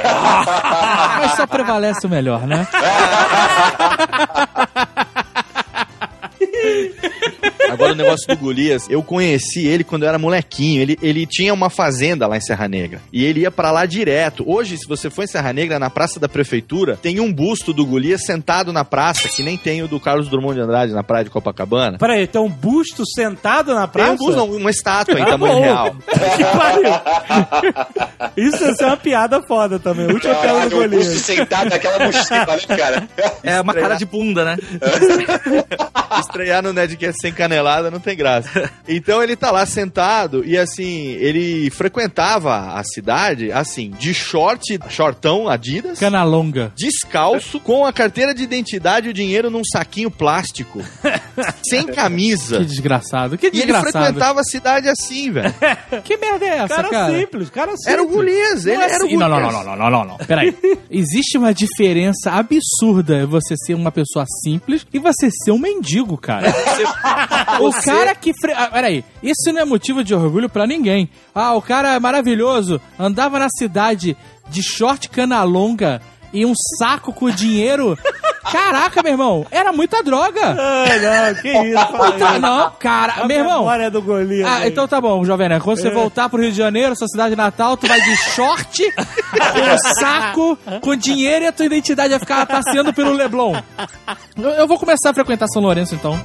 Mas só prevalece o melhor, né? Agora do negócio do Golias, eu conheci ele quando eu era molequinho. Ele tinha uma fazenda lá em Serra Negra. E ele ia pra lá direto. Hoje, se você for em Serra Negra, na Praça da Prefeitura, tem um busto do Golias sentado na praça, que nem tem o do Carlos Drummond de Andrade na praia de Copacabana. Peraí, tem um busto sentado na praça? Tem um busto, não, uma estátua em tamanho real. Que pariu. Isso é uma piada foda também. A última piada do Golias. Um busto sentado naquela mochila, né, cara? É uma cara de bunda, né? Estrear no Nerdcast sem canelada não tem graça. Então ele tá lá sentado e assim, ele frequentava a cidade, assim, de shortão Adidas, Cana longa, descalço, com a carteira de identidade e o dinheiro num saquinho plástico, sem camisa. Que desgraçado, que E ele desgraçado. frequentava a cidade assim, velho. Que merda é essa, cara? Cara simples. Era o Golias, ele era o Assim, Golias. não. Peraí. Existe uma diferença absurda você ser uma pessoa simples e você ser um mendigo, cara. O cara que... Peraí. Isso não é motivo de orgulho pra ninguém. Ah, o cara é maravilhoso. Andava na cidade de short cana longa e um saco com dinheiro. Caraca, meu irmão. Era muita droga. Não, que isso. Não, cara. Meu irmão. Memória do Golias. Ah, então tá bom, Jovem Nerd. Quando você voltar pro Rio de Janeiro, sua cidade natal, tu vai de short, com um saco, com dinheiro e a tua identidade vai ficar passeando pelo Leblon. Eu vou começar a frequentar São Lourenço, então.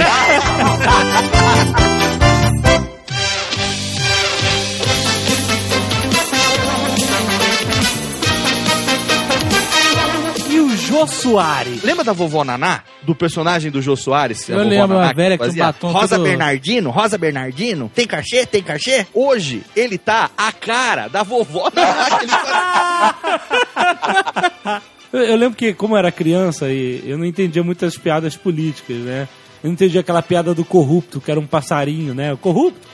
Jô Soares. Lembra da vovó Naná? Do personagem do Jô Soares? Eu lembro, a velha com batom Rosa tudo... Bernardino, tem cachê? Hoje, ele tá a cara da vovó Naná que ele faz. Eu lembro que, como eu era criança, e eu não entendia muitas piadas políticas, né? Eu não entendia aquela piada do corrupto, que era um passarinho, né? O corrupto.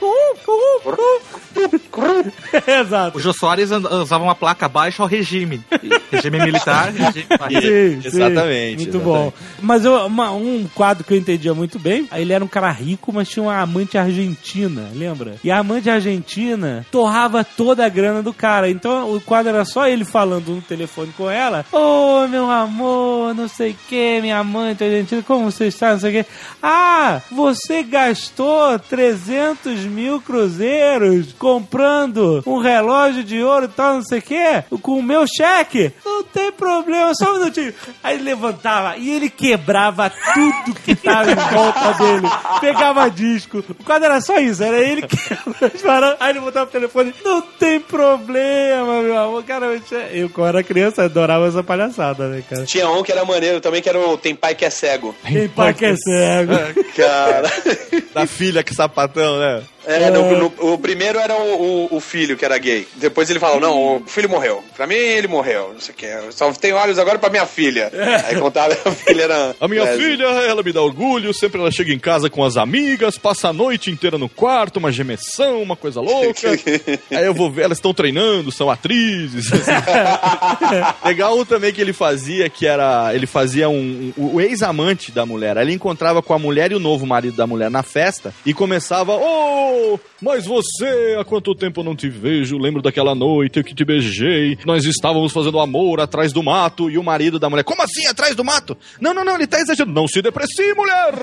Exato. O Jô Soares usava uma placa baixa ao regime. Regime militar, regime Sim, exatamente. Muito exatamente. bom. Mas um quadro que eu entendia muito bem, ele era um cara rico, mas tinha uma amante argentina, lembra? E a amante argentina torrava toda a grana do cara. Então o quadro era só ele falando no telefone com ela. Ô, meu amor, não sei o que, minha amante argentina, como você está, não sei o que. Ah, você gastou 300 mil cruzeiros comprando um relógio de ouro e tal, não sei o que, com o meu cheque? Não tem problema, só um minutinho. Aí ele levantava e ele quebrava tudo que tava em volta dele. Pegava disco. O quadro era só isso, era ele quebrando. Aí ele botava o telefone. Não tem problema, meu amor. Cara, eu quando era criança, adorava essa palhaçada, né, cara? Tinha um que era maneiro também, que era o Tem Pai Que É Cego. Tem pai que é cego. Cara... Da filha que sapatão, né? O primeiro era o filho que era gay. Depois ele falou, não, o filho morreu. Pra mim, ele morreu. Não sei o que. Eu só tenho olhos agora pra minha filha. Aí contava a filha era... A minha filha, ela me dá orgulho. Sempre ela chega em casa com as amigas, passa a noite inteira no quarto, uma gemessão, uma coisa louca. Aí eu vou ver, elas estão treinando, são atrizes. Legal um também que ele fazia, que era... Ele fazia o ex-amante da mulher. Aí ele encontrava com a mulher e o novo marido da mulher na festa e começava... Mas você, há quanto tempo eu não te vejo? Lembro daquela noite que te beijei. Nós estávamos fazendo amor atrás do mato. E o marido da mulher, como assim, atrás do mato? Não, ele tá exagerando. Não se deprecie, mulher!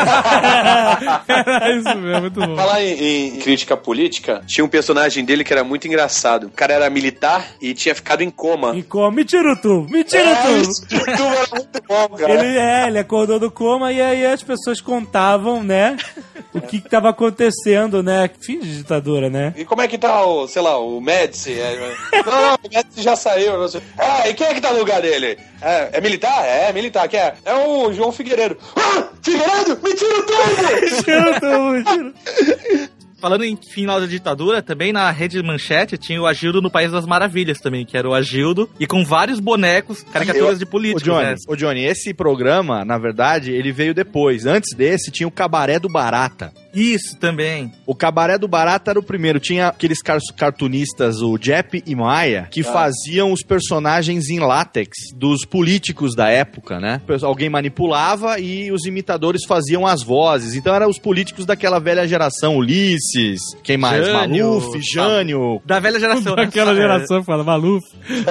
Era isso mesmo, muito bom. Falar em crítica política, tinha um personagem dele que era muito engraçado. O cara era militar e tinha ficado em coma. Em coma. Me tira o tubo, me tira o tubo. Isso era muito bom, cara. Ele acordou do coma e aí as pessoas contavam, né, o que tava acontecendo, né? Fim de ditadura, né? E como é que tá o Médici? Não, o Médici já saiu. Não sei. E quem é que tá no lugar dele? É militar? É militar. Quem é? É o João Figueiredo. Figueiredo? Me tira o tubo! Tira o tubo, me tira. Falando em final da ditadura, também na Rede Manchete tinha o Agildo no País das Maravilhas também, que era o Agildo, e com vários bonecos, caricaturas de políticos, Ô Johnny, esse programa, na verdade, ele veio depois. Antes desse, tinha o Cabaré do Barata. Isso, também. O Cabaré do Barata era o primeiro. Tinha aqueles cartunistas, o Jepp e Maia, que faziam os personagens em látex dos políticos da época, né? Alguém manipulava e os imitadores faziam as vozes. Então eram os políticos daquela velha geração, Ulisses, quem mais? Jânio, Maluf, Jânio. Da velha geração, né? Daquela geração, fala, Maluf.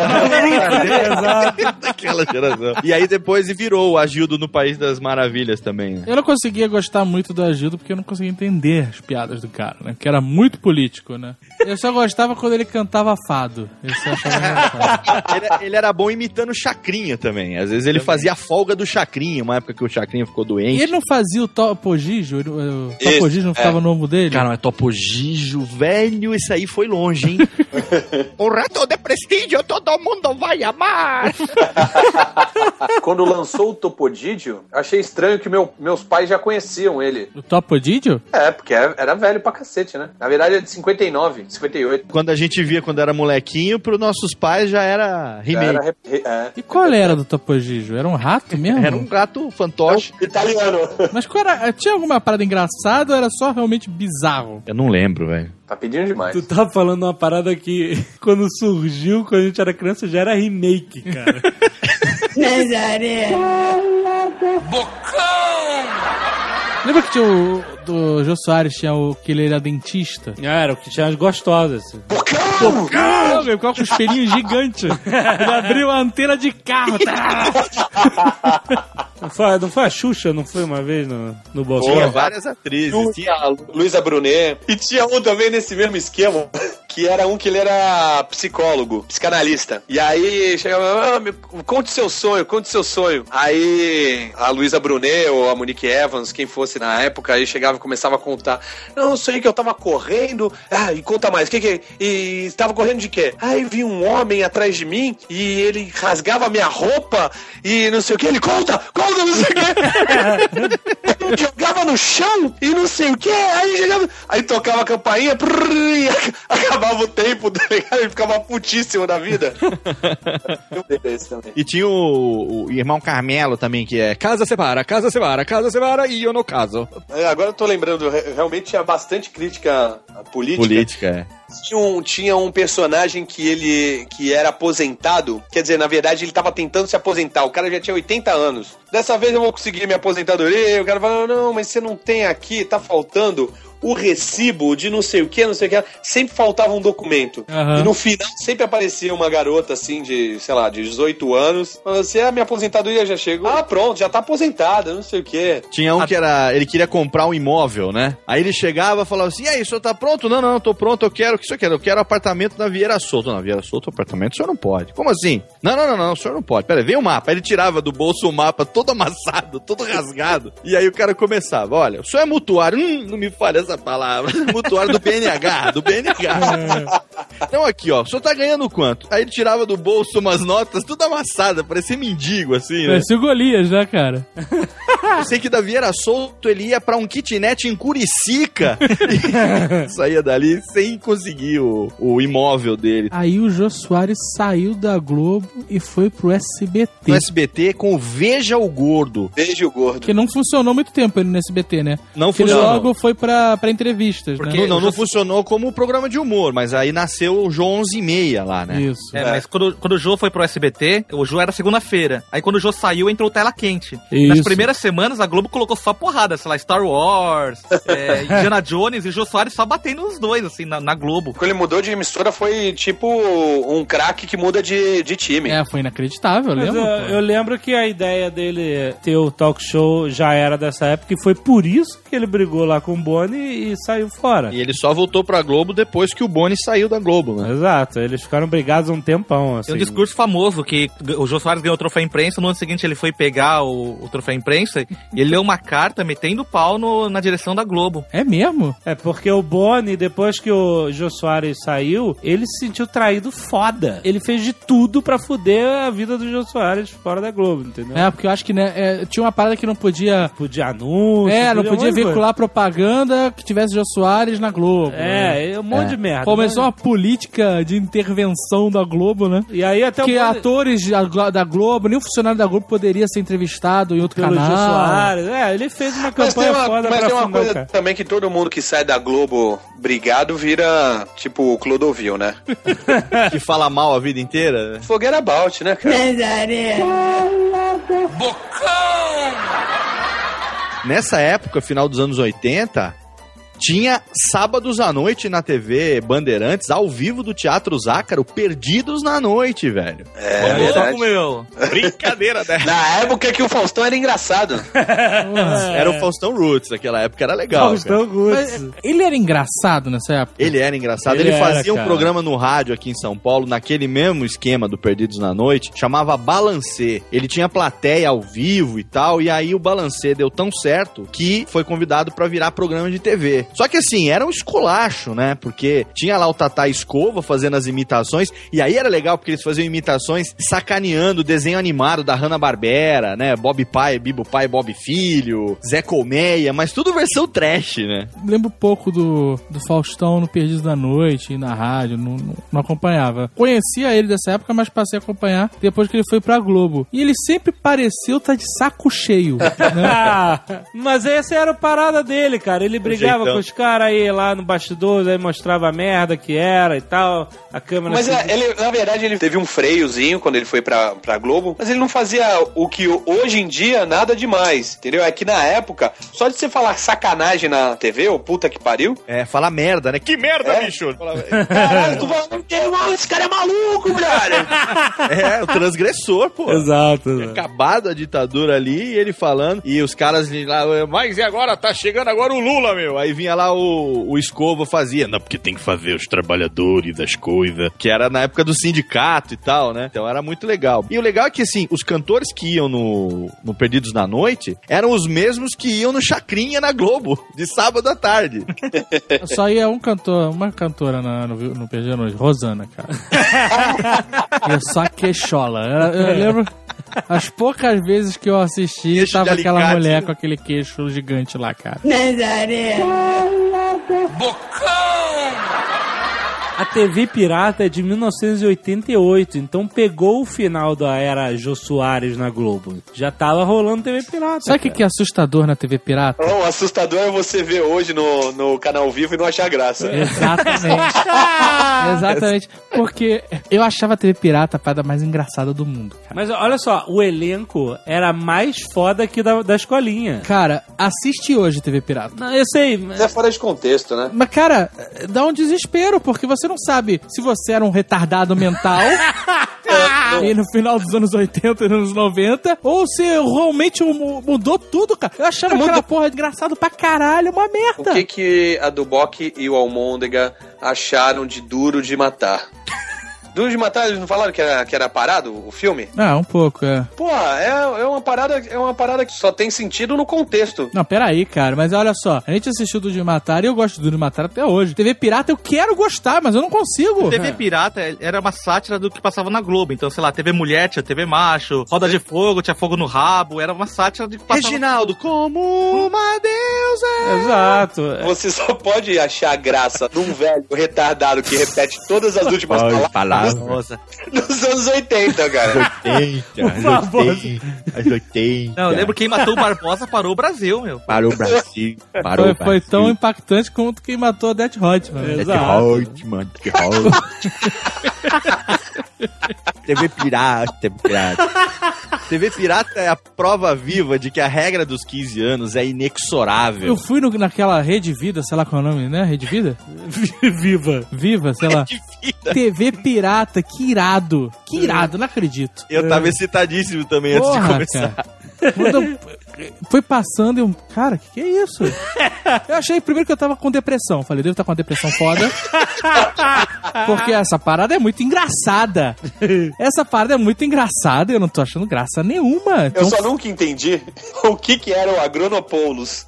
Daquela geração. E aí depois virou o Agildo no País das Maravilhas também, né? Eu não conseguia gostar muito do Agildo porque eu não conseguia conseguia entender as piadas do cara, né? Que era muito político, né? Eu só gostava quando ele cantava fado. Isso eu achava engraçado. Ele era bom imitando o Chacrinha também. Às vezes ele fazia a folga do Chacrinha, uma época que o Chacrinha ficou doente. E ele não fazia o Topo Gigio? O Topo Gigio não ficava no ombro dele? Cara, mas Topo Gigio, velho, isso aí foi longe, hein? O rato de prestígio, todo mundo vai amar! Quando lançou o Topodídio, achei estranho que meus pais já conheciam ele. O Topo Gigio? É, porque era velho pra cacete, né? Na verdade é de 59, 58. Quando a gente via quando era molequinho, pros nossos pais já era remake. E qual era do Topo Gigio? Era um rato mesmo? Era um gato fantoche. Italiano. Mas qual era? Tinha alguma parada engraçada ou era só realmente bizarro? Eu não lembro, velho. Tá pedindo demais. Tu tá falando uma parada que quando surgiu, quando a gente era criança, já era remake, cara. Lembra que tinha do Jô Soares, tinha o que ele era dentista? Era o que tinha as gostosas. Assim. Bocão! Ele ficava com os pelinhos gigantes. Ele abriu a antena de carro. Não foi a Xuxa, não foi uma vez no Bocão? Tinha várias atrizes. Tinha a Luísa Brunet. E tinha um também nesse mesmo esquema, que era um que ele era psicólogo, psicanalista. E aí chegava, conte seu sonho. Aí a Luísa Brunet ou a Monique Evans, quem fosse na época, aí chegava e começava a contar. Não, eu sonhei que eu tava correndo. E conta mais, e estava correndo de quê? Aí vi um homem atrás de mim e ele rasgava a minha roupa e não sei o que. Ele conta, não sei o que. Ele jogava no chão e não sei o que. Aí tocava a campainha e acabava o tempo, tá ligado? Ele ficava putíssimo da vida. E tinha o irmão Carmelo também, que é casa separa e eu no caso. Agora eu tô lembrando, realmente tinha bastante crítica política. Tinha um personagem que era aposentado, quer dizer, na verdade ele tava tentando se aposentar, o cara já tinha 80 anos. Dessa vez eu vou conseguir minha aposentadoria, o cara fala, não, mas você não tem aqui, tá faltando o recibo de não sei o que, sempre faltava um documento. E no final sempre aparecia uma garota assim de, sei lá, de 18 anos, falando assim, minha aposentadoria já chegou. Pronto, já tá aposentada, não sei o que. Tinha um que ele queria comprar um imóvel, né? Aí ele chegava e falava assim, e aí, o senhor tá pronto? Não, tô pronto, o que o senhor quer? Eu quero apartamento na Vieira Solto. Na Vieira Solto, apartamento, o senhor não pode. Como assim? Não, o senhor não pode. Pera aí, vem o mapa. Aí ele tirava do bolso o mapa todo amassado, todo rasgado. E aí o cara começava, olha, o senhor é mutuário, não me fale essa palavra, mutuário do BNH. Então aqui, ó, o senhor tá ganhando quanto? Aí ele tirava do bolso umas notas tudo amassadas, parecia mendigo, assim, né? Parecia o Golias, né, cara? Eu sei que da Vieira Solto ele ia pra um kitnet em Curicica e saía dali sem conseguir o imóvel dele. Aí o Jô Soares saiu da Globo e foi pro SBT. No SBT com o Veja o Gordo. Veja o Gordo. Que não funcionou muito tempo ele no SBT, né? Não Porque funcionou. Ele logo foi pra entrevistas, porque né? não funcionou como programa de humor, mas aí nasceu o Jô 11h30 lá, né? Isso. Mas quando o Jô foi pro SBT, o Jô era segunda-feira. Aí quando o Jô saiu, entrou o Tela Quente. Isso. Nas primeiras semanas, a Globo colocou só porrada, sei lá, Star Wars, Indiana Jones e o Jô Soares só batendo os dois, assim, na Globo. Quando ele mudou de emissora foi tipo um craque que muda de time. Foi inacreditável, eu lembro. Eu lembro que a ideia dele ter o talk show já era dessa época e foi por isso que ele brigou lá com o Boni e saiu fora. E ele só voltou pra Globo depois que o Boni saiu da Globo, né? Exato, eles ficaram brigados um tempão, assim. Tem um discurso famoso que o Jô Soares ganhou o troféu imprensa, no ano seguinte ele foi pegar o troféu imprensa e ele leu uma carta metendo pau na direção da Globo. É mesmo? É porque o Boni, depois que o Jô Soares saiu, ele se sentiu traído foda. Ele fez de tudo pra fuder a vida do Jô Soares fora da Globo, entendeu? Porque eu acho que tinha uma parada que não podia... Podia anúncio. Não podia veicular propaganda que tivesse Jô Soares na Globo. Um monte de merda. Começou uma política de intervenção da Globo, né? E aí até que atores da Globo, nem o funcionário da Globo poderia ser entrevistado em outro canal. Jô Soares. Ele fez uma campanha foda pra Mas tem uma coisa cara. também que todo mundo que sai da Globo brigado vira tipo o Clodovil, né? Que fala mal a vida inteira. Forget about, né, cara? Nessa época, final dos anos 80, Tinha sábados à noite na TV Bandeirantes, ao vivo do Teatro Zácaro, Perdidos na Noite, velho. É verdade. Meu. Brincadeira, né? Na época que o Faustão era engraçado. Era o Faustão Roots, naquela época era legal. Faustão Roots. Mas ele era engraçado nessa época? Ele era engraçado. Ele Ele fazia era, um cara. programa no rádio aqui em São Paulo, naquele mesmo esquema do Perdidos na Noite, chamava Balancê. Ele tinha plateia ao vivo e tal, e aí o Balancê deu tão certo que foi convidado pra virar programa de TV. Só que assim, era um esculacho, né? Porque tinha lá o Tatá Escova fazendo as imitações, e aí era legal porque eles faziam imitações sacaneando o desenho animado da Hanna-Barbera, né? Bob Pai, Bibo Pai, Bob Filho, Zé Colmeia, mas tudo versão trash, né? Lembro pouco do Faustão no Perdidos da Noite e na rádio, não acompanhava. Conhecia ele dessa época, mas passei a acompanhar depois que ele foi pra Globo. E ele sempre pareceu estar de saco cheio, né? Mas essa era a parada dele, cara. Ele brigava jeitão. com os caras aí lá no bastidor, aí mostrava a merda que era e tal. A câmera... Mas ele, na verdade, ele teve um freiozinho quando ele foi pra Globo, mas ele não fazia o que hoje em dia nada demais, entendeu? É que na época, só de você falar sacanagem na TV, ou puta que pariu, É, fala merda, né? Que merda, bicho! caralho, tu falando que esse cara é maluco, mulher! É, o transgressor, pô. Exato. Acabado a ditadura ali, e ele falando, e os caras lá, mas e agora? Tá chegando agora o Lula, meu. Aí vinha lá o Escova fazia, não, porque tem que fazer os trabalhadores, as coisas, que era na época do sindicato e tal, né? Então era muito legal. E o legal é que, assim, os cantores que iam no Perdidos na Noite eram os mesmos que iam no Chacrinha na Globo, de sábado à tarde. Só ia uma cantora no Perdidos da Noite, Rosana, cara. E só queixola. Eu lembro as poucas vezes que eu assisti, Queixo tava de aquela alicate. mulher com aquele queixo gigante lá, cara. A TV Pirata é de 1988, então pegou o final da era Jô Soares na Globo. Já tava rolando TV Pirata. Sabe o que é assustador na TV Pirata? O assustador é você ver hoje no canal vivo e não achar graça. Exatamente. Exatamente. Porque eu achava a TV Pirata a parada mais engraçada do mundo, cara. Mas olha só, o elenco era mais foda que da escolinha. Cara, assiste hoje TV Pirata. Não, eu sei, mas... É fora de contexto, né? Mas, cara, dá um desespero, porque você não sabe se você era um retardado mental e no final dos anos 80 e anos 90, ou se realmente mudou tudo, cara. Eu achava aquela porra engraçado pra caralho, uma merda. O que a Duboc e o Almôndega acharam de Duro de Matar? Duro de Matar, eles não falaram que era parado o filme? Ah, um pouco, é. Pô, é uma parada que só tem sentido no contexto. Não, peraí, cara, mas olha só, a gente assistiu Duro de Matar e eu gosto de Duro de Matar até hoje. TV Pirata eu quero gostar, mas eu não consigo. TV Pirata era uma sátira do que passava na Globo. Então, sei lá, TV Mulher tinha TV Macho, Roda de Fogo, tinha Fogo no Rabo. Era uma sátira do que passava... Reginaldo, como uma deusa! Exato. Você só pode achar graça num velho retardado que repete todas as últimas palavras Nossa. nos anos 80, cara. 80. Não, eu lembro quem matou o Barbosa parou o Brasil, meu. Parou o Brasil. Parou Foi tão impactante quanto quem matou a Death Hot, mano. mano. TV Pirata. TV Pirata é a prova viva de que a regra dos 15 anos é inexorável. Eu fui naquela Rede Vida, sei lá qual é o nome, né? Rede Vida? Viva, sei lá. TV Pirata, que irado. Que irado, não acredito. Eu tava excitadíssimo também antes de começar. Cara. Quando foi passando e eu... Cara, que é isso? Eu achei primeiro que eu tava com depressão. Falei, devo estar com uma depressão foda. Porque essa parada é muito engraçada. Essa parada é muito engraçada e eu não tô achando graça nenhuma. Eu só nunca entendi o que era o Agronopoulos.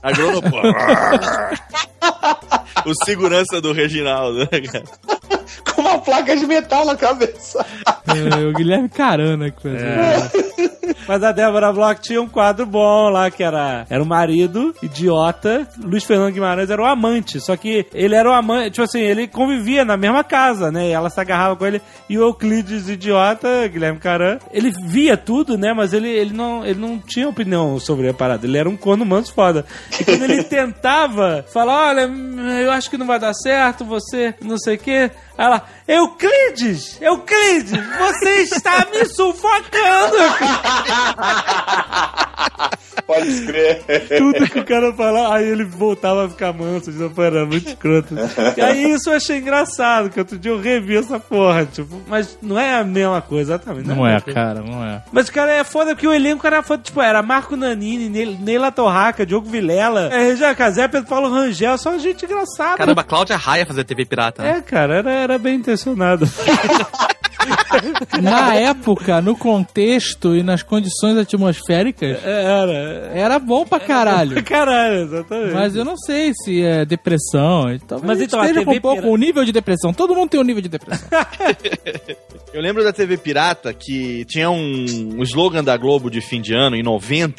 O segurança do Reginaldo, né, cara? Com uma placa de metal na cabeça. O Guilherme Carana que fazia. Mas a Débora Bloch tinha um quadro bom lá, que era o marido, idiota, Luiz Fernando Guimarães era o amante, só que ele era o amante, tipo assim, ele convivia na mesma casa, né, e ela se agarrava com ele, e o Euclides, idiota, Guilherme Caran, ele via tudo, né, mas ele não tinha opinião sobre a parada, ele era um corno manso foda. E quando ele tentava falar, olha, eu acho que não vai dar certo, você não sei o quê, aí ela, Euclides, você está me sufocando! Pode escrever. Tudo que o cara falava, aí ele voltava a ficar manso, era muito escroto. E aí isso eu achei engraçado, que outro dia eu revi essa porra, tipo, mas não é a mesma coisa, exatamente. Não é, cara, não é. Mas, cara, é foda porque o elenco era foda, tipo, era Marco Nanini, Neila Torraca, Diogo Vilela, Regina Casé, Pedro Paulo Rangel, só gente engraçada. Caramba, Cláudia Raia fazer TV pirata, né? É, cara, era bem intencionado. Na época, no contexto e nas condições atmosféricas, era bom pra caralho. Pra caralho, exatamente. Mas eu não sei se é depressão. Talvez mas então, esteja a com TV um pouco o nível de depressão. Todo mundo tem um nível de depressão. Eu lembro da TV Pirata que tinha um slogan da Globo de fim de ano em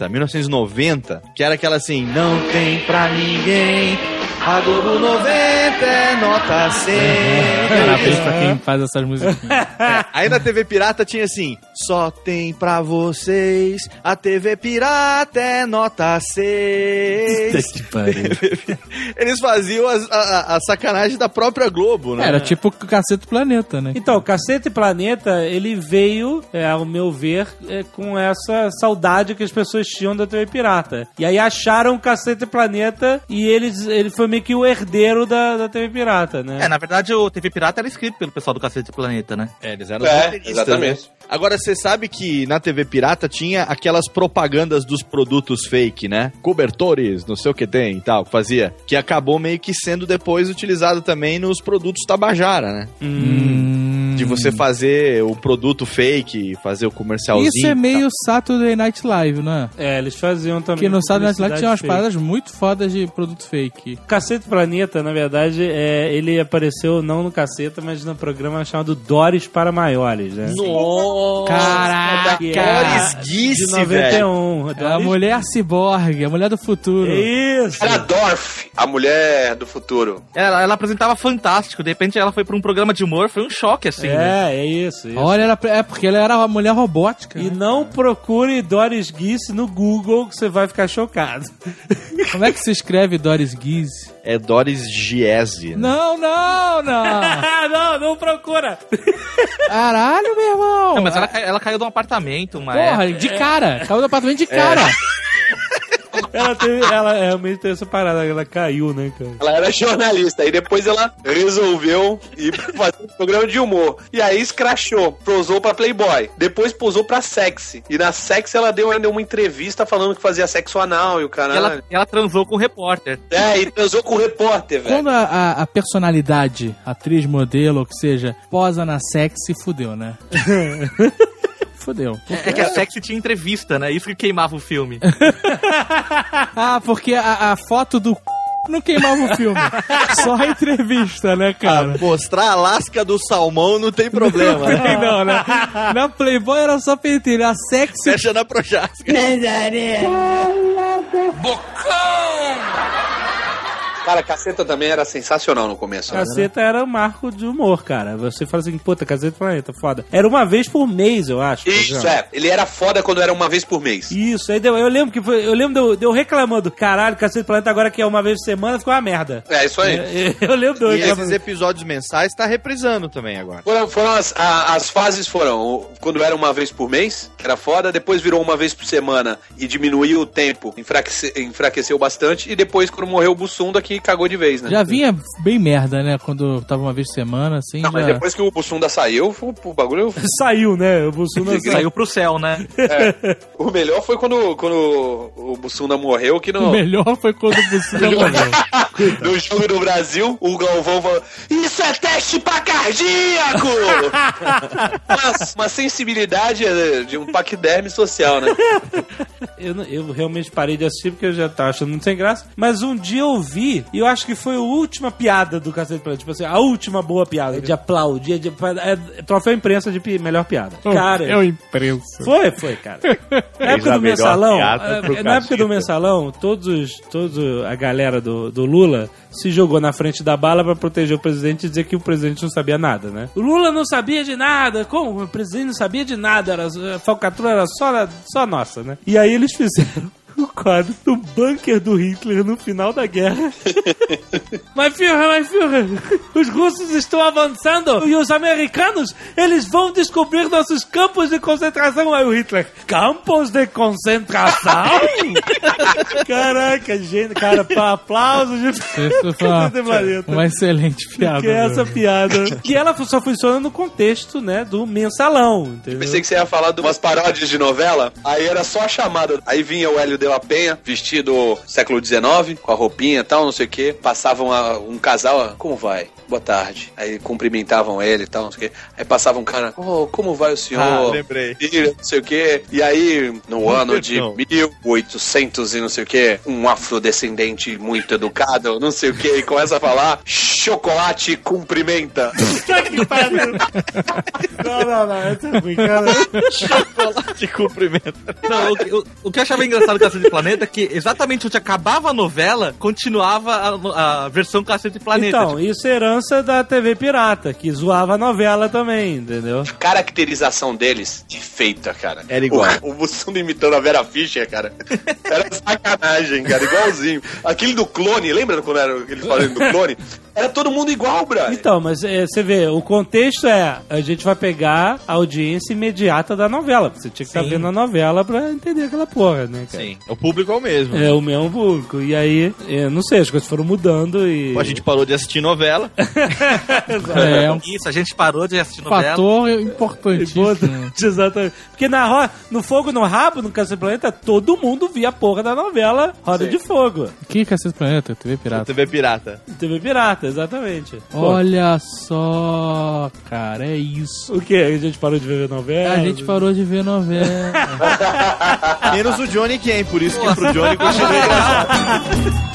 1990, que era aquela assim: não tem pra ninguém, a Globo 90 é nota 100. Parabéns pra quem faz essas musiquinhas. Aí na TV Pirata tinha assim: só tem pra vocês, a TV Pirata é nota 6. Que pariu. Eles faziam a sacanagem da própria Globo, né? Era tipo o Cacete Planeta, né? Então, o Cacete Planeta, ele veio, ao meu ver, com essa saudade que as pessoas tinham da TV Pirata. E aí acharam o Cacete Planeta e ele foi meio que o herdeiro da TV Pirata, né? Na verdade, o TV Pirata era escrito pelo pessoal do Cacete Planeta, né? Eles eram os roteiristas, exatamente. Né? Agora, você sabe que na TV Pirata tinha aquelas propagandas dos produtos fake, né? Cobertores, não sei o que tem e tal, que fazia. Que acabou meio que sendo depois utilizado também nos produtos Tabajara, né? De você fazer o produto fake, fazer o comercialzinho. Isso é meio Saturday Night Live, não é? Eles faziam também. Porque no Saturday Night Live tinha umas fake. paradas muito fodas de produto fake. Cacete Planeta, na verdade, ele apareceu não no Caceta, mas no programa chamado Doris para Maiores, né? Caraca! Doris Guice, de 91. É a mulher ciborgue, a mulher do futuro. Isso! Era a Dorf, a mulher do futuro. Ela apresentava Fantástico, de repente ela foi pra um programa de humor, foi um choque, assim. né? É isso. Olha, porque ela era uma mulher robótica. E né? não procure Doris Guice no Google, que você vai ficar chocado. Como é que se escreve Doris Guice? É Doris Giese. Né? Não! não procura! Caralho, meu irmão! Não, mas ela caiu de um apartamento, uma Porra, época. de cara! Caiu do apartamento de cara! Ela realmente teve essa parada, ela caiu, né, cara? Ela era jornalista, e depois ela resolveu ir fazer um programa de humor. E aí escrachou, posou pra Playboy. Depois posou pra Sexy. E na Sexy ela deu ainda uma entrevista falando que fazia sexo anal e o caralho. Ela transou com o repórter. E transou com o repórter, velho. Quando a personalidade, atriz, modelo, ou que seja, posa na sexy, fudeu, né? Fudeu. É que a Sexy tinha entrevista, né? Isso que queimava o filme. Porque a foto do não queimava o filme. Só a entrevista, né, cara? Mostrar a lasca do salmão não tem problema, né? Não tem não, né? Na Playboy era só pentelho. A sexy... Fecha na Prochasca. Cara, Caceta também era sensacional no começo. Né? Caceta era um marco de humor, cara. Você fala assim, puta, Caceta Planeta, foda. Era uma vez por mês, eu acho. Isso, ele era foda quando era uma vez por mês. Isso, aí eu lembro que foi. Eu lembro de eu reclamando, caralho, Caceta Planeta agora que é uma vez por semana, ficou uma merda. É, isso aí. Eu lembro de eu E reclamando. esses episódios mensais tá reprisando também agora. Foram as fases foram, quando era uma vez por mês, que era foda, depois virou uma vez por semana e diminuiu o tempo, enfraqueceu bastante, e depois quando morreu o Bussunda que cagou de vez, né? Já vinha bem merda, né? Quando tava uma vez por semana, assim. Não, mas depois que o Bussunda saiu, o bagulho... Saiu, né? O Bussunda saiu pro céu, né? O melhor foi quando o Bussunda morreu, que no... O melhor foi quando o Bussunda morreu. No jogo do Brasil, o Galvão falou: isso é teste pra cardíaco! Uma sensibilidade de um paquiderme social, né? Eu realmente parei de assistir porque eu já tava achando muito sem graça. Mas um dia eu vi, e eu acho que foi a última piada do Cacete Planeta. Tipo assim, a última boa piada. De aplaudir. Troféu imprensa de melhor piada. Cara. É o imprensa. Foi, cara. Na época do mensalão. Na época do mensalão, a galera do Lula se jogou na frente da bala pra proteger o presidente e dizer que o presidente não sabia nada, né? O Lula não sabia de nada. Como? O presidente não sabia de nada. A falcatrua era só nossa, né? E aí eles fizeram o quadro do bunker do Hitler no final da guerra. Mas Führer, os russos estão avançando e os americanos, eles vão descobrir nossos campos de concentração. Aí o Hitler, campos de concentração? Caraca, gente, cara, aplausos de... Isso foi uma excelente piada. Que é essa piada. E ela só funciona no contexto, né, do mensalão, entendeu? Pensei que você ia falar de umas paródias de novela, aí era só a chamada. Aí vinha o Hélio de la Penha, vestido século XIX, com a roupinha e tal, não sei o que. Passavam um casal, como vai? Boa tarde. Aí cumprimentavam ele e tal, não sei o que. Aí passava um cara, como vai o senhor? Lembrei. Não sei o que. E aí, no ano de 1800 e não sei o que, um afrodescendente muito educado, não sei o que, e começa a falar, chocolate cumprimenta. Que pariu. Não, essa é ruim, cara. Chocolate cumprimenta. Não, o que eu achava engraçado do Cacete Planeta é que exatamente onde acabava a novela, continuava a versão Cacete Planeta. Então, isso é herança da TV pirata, que zoava a novela também, entendeu? Caracterização deles, de feita, cara. Era igual. O Mussunda imitando a Vera Fischer, cara. Era sacanagem, cara, igualzinho. Aquele do clone, lembra quando era ele falando do clone? Era todo mundo igual, brother. Então, mas você vê, o contexto a gente vai pegar a audiência imediata da novela. Você tinha que estar vendo a novela pra entender aquela porra, né, cara? Sim. O público é o mesmo. É o mesmo público. E aí, não sei, as coisas foram mudando e... A gente parou de assistir novela. Isso, a gente parou de assistir novela. Fator importantíssimo. Exatamente. Porque no Fogo no Rabo, no Cacete Planeta, todo mundo via a porra da novela Roda de Fogo. Que Cacete Planeta? TV Pirata. TV Pirata. TV Pirata, exatamente. Olha só, cara, é isso. O quê? A gente parou de ver novela? A gente parou de ver novela. Menos o Johnny Ken, por isso que pro Johnny continua engraçado.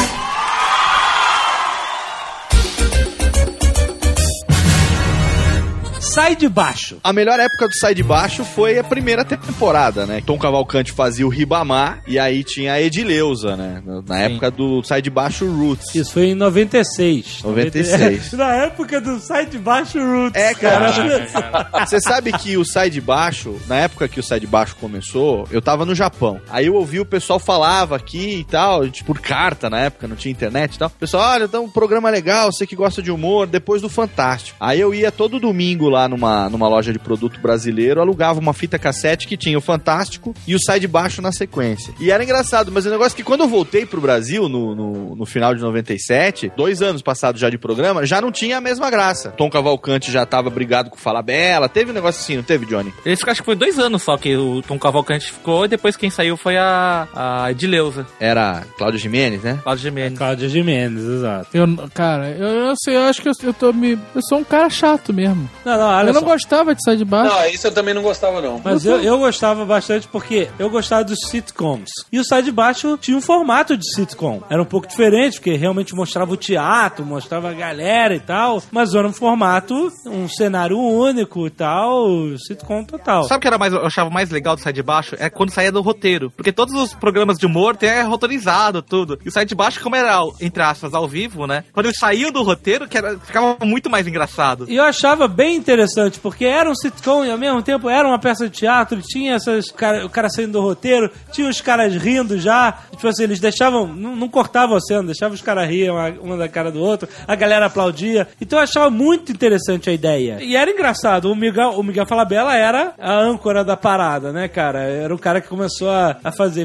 Sai de Baixo. A melhor época do Sai de Baixo foi a primeira temporada, né? Tom Cavalcante fazia o Ribamar e aí tinha a Edileuza, né? Na época do Sai de Baixo Roots. Isso foi em 96. 96. Na época do Sai de Baixo Roots. É, cara. Você sabe que o Sai de Baixo, na época que o Sai de Baixo começou, eu tava no Japão. Aí eu ouvi o pessoal falava aqui e tal, por carta na época, não tinha internet e tal. O pessoal, olha, tá um programa legal, você que gosta de humor, depois do Fantástico. Aí eu ia todo domingo lá numa loja de produto brasileiro, alugava uma fita cassete que tinha o Fantástico e o Sai de Baixo na sequência. E era engraçado, mas o negócio é que quando eu voltei pro Brasil, no final de 97, 2 anos passados já de programa, já não tinha a mesma graça. Tom Cavalcante já tava brigado com o Falabella, teve um negócio assim, não teve, Johnny? Acho que foi 2 anos só que o Tom Cavalcante ficou, e depois quem saiu foi a Edileuza. Era Cláudia Gimenez, né? Cláudia Gimenez, exato. Eu sei, eu acho que eu sou um cara chato mesmo. Não, eu não gostava de Sai de Baixo. Não, isso eu também não gostava, não. Mas eu gostava bastante porque eu gostava dos sitcoms. E o Sai de Baixo tinha um formato de sitcom. Era um pouco diferente, porque realmente mostrava o teatro, mostrava a galera e tal, mas era um formato, um cenário único e tal, sitcom total. Sabe o que eu achava mais legal do Sai de Baixo? É quando saía do roteiro. Porque todos os programas de humor tem roteirizado, tudo. E o Sai de Baixo, como era, entre aspas, ao vivo, né? Quando eles saíam do roteiro, ficava muito mais engraçado. E eu achava bem interessante, porque era um sitcom e ao mesmo tempo era uma peça de teatro, tinha o cara saindo do roteiro, tinha os caras rindo já, tipo assim, eles deixavam, não cortavam a cena, deixavam os caras rir uma da cara do outro, a galera aplaudia, então eu achava muito interessante a ideia. E era engraçado, o Miguel Falabella era a âncora da parada, né, cara? Era o cara que começou a fazer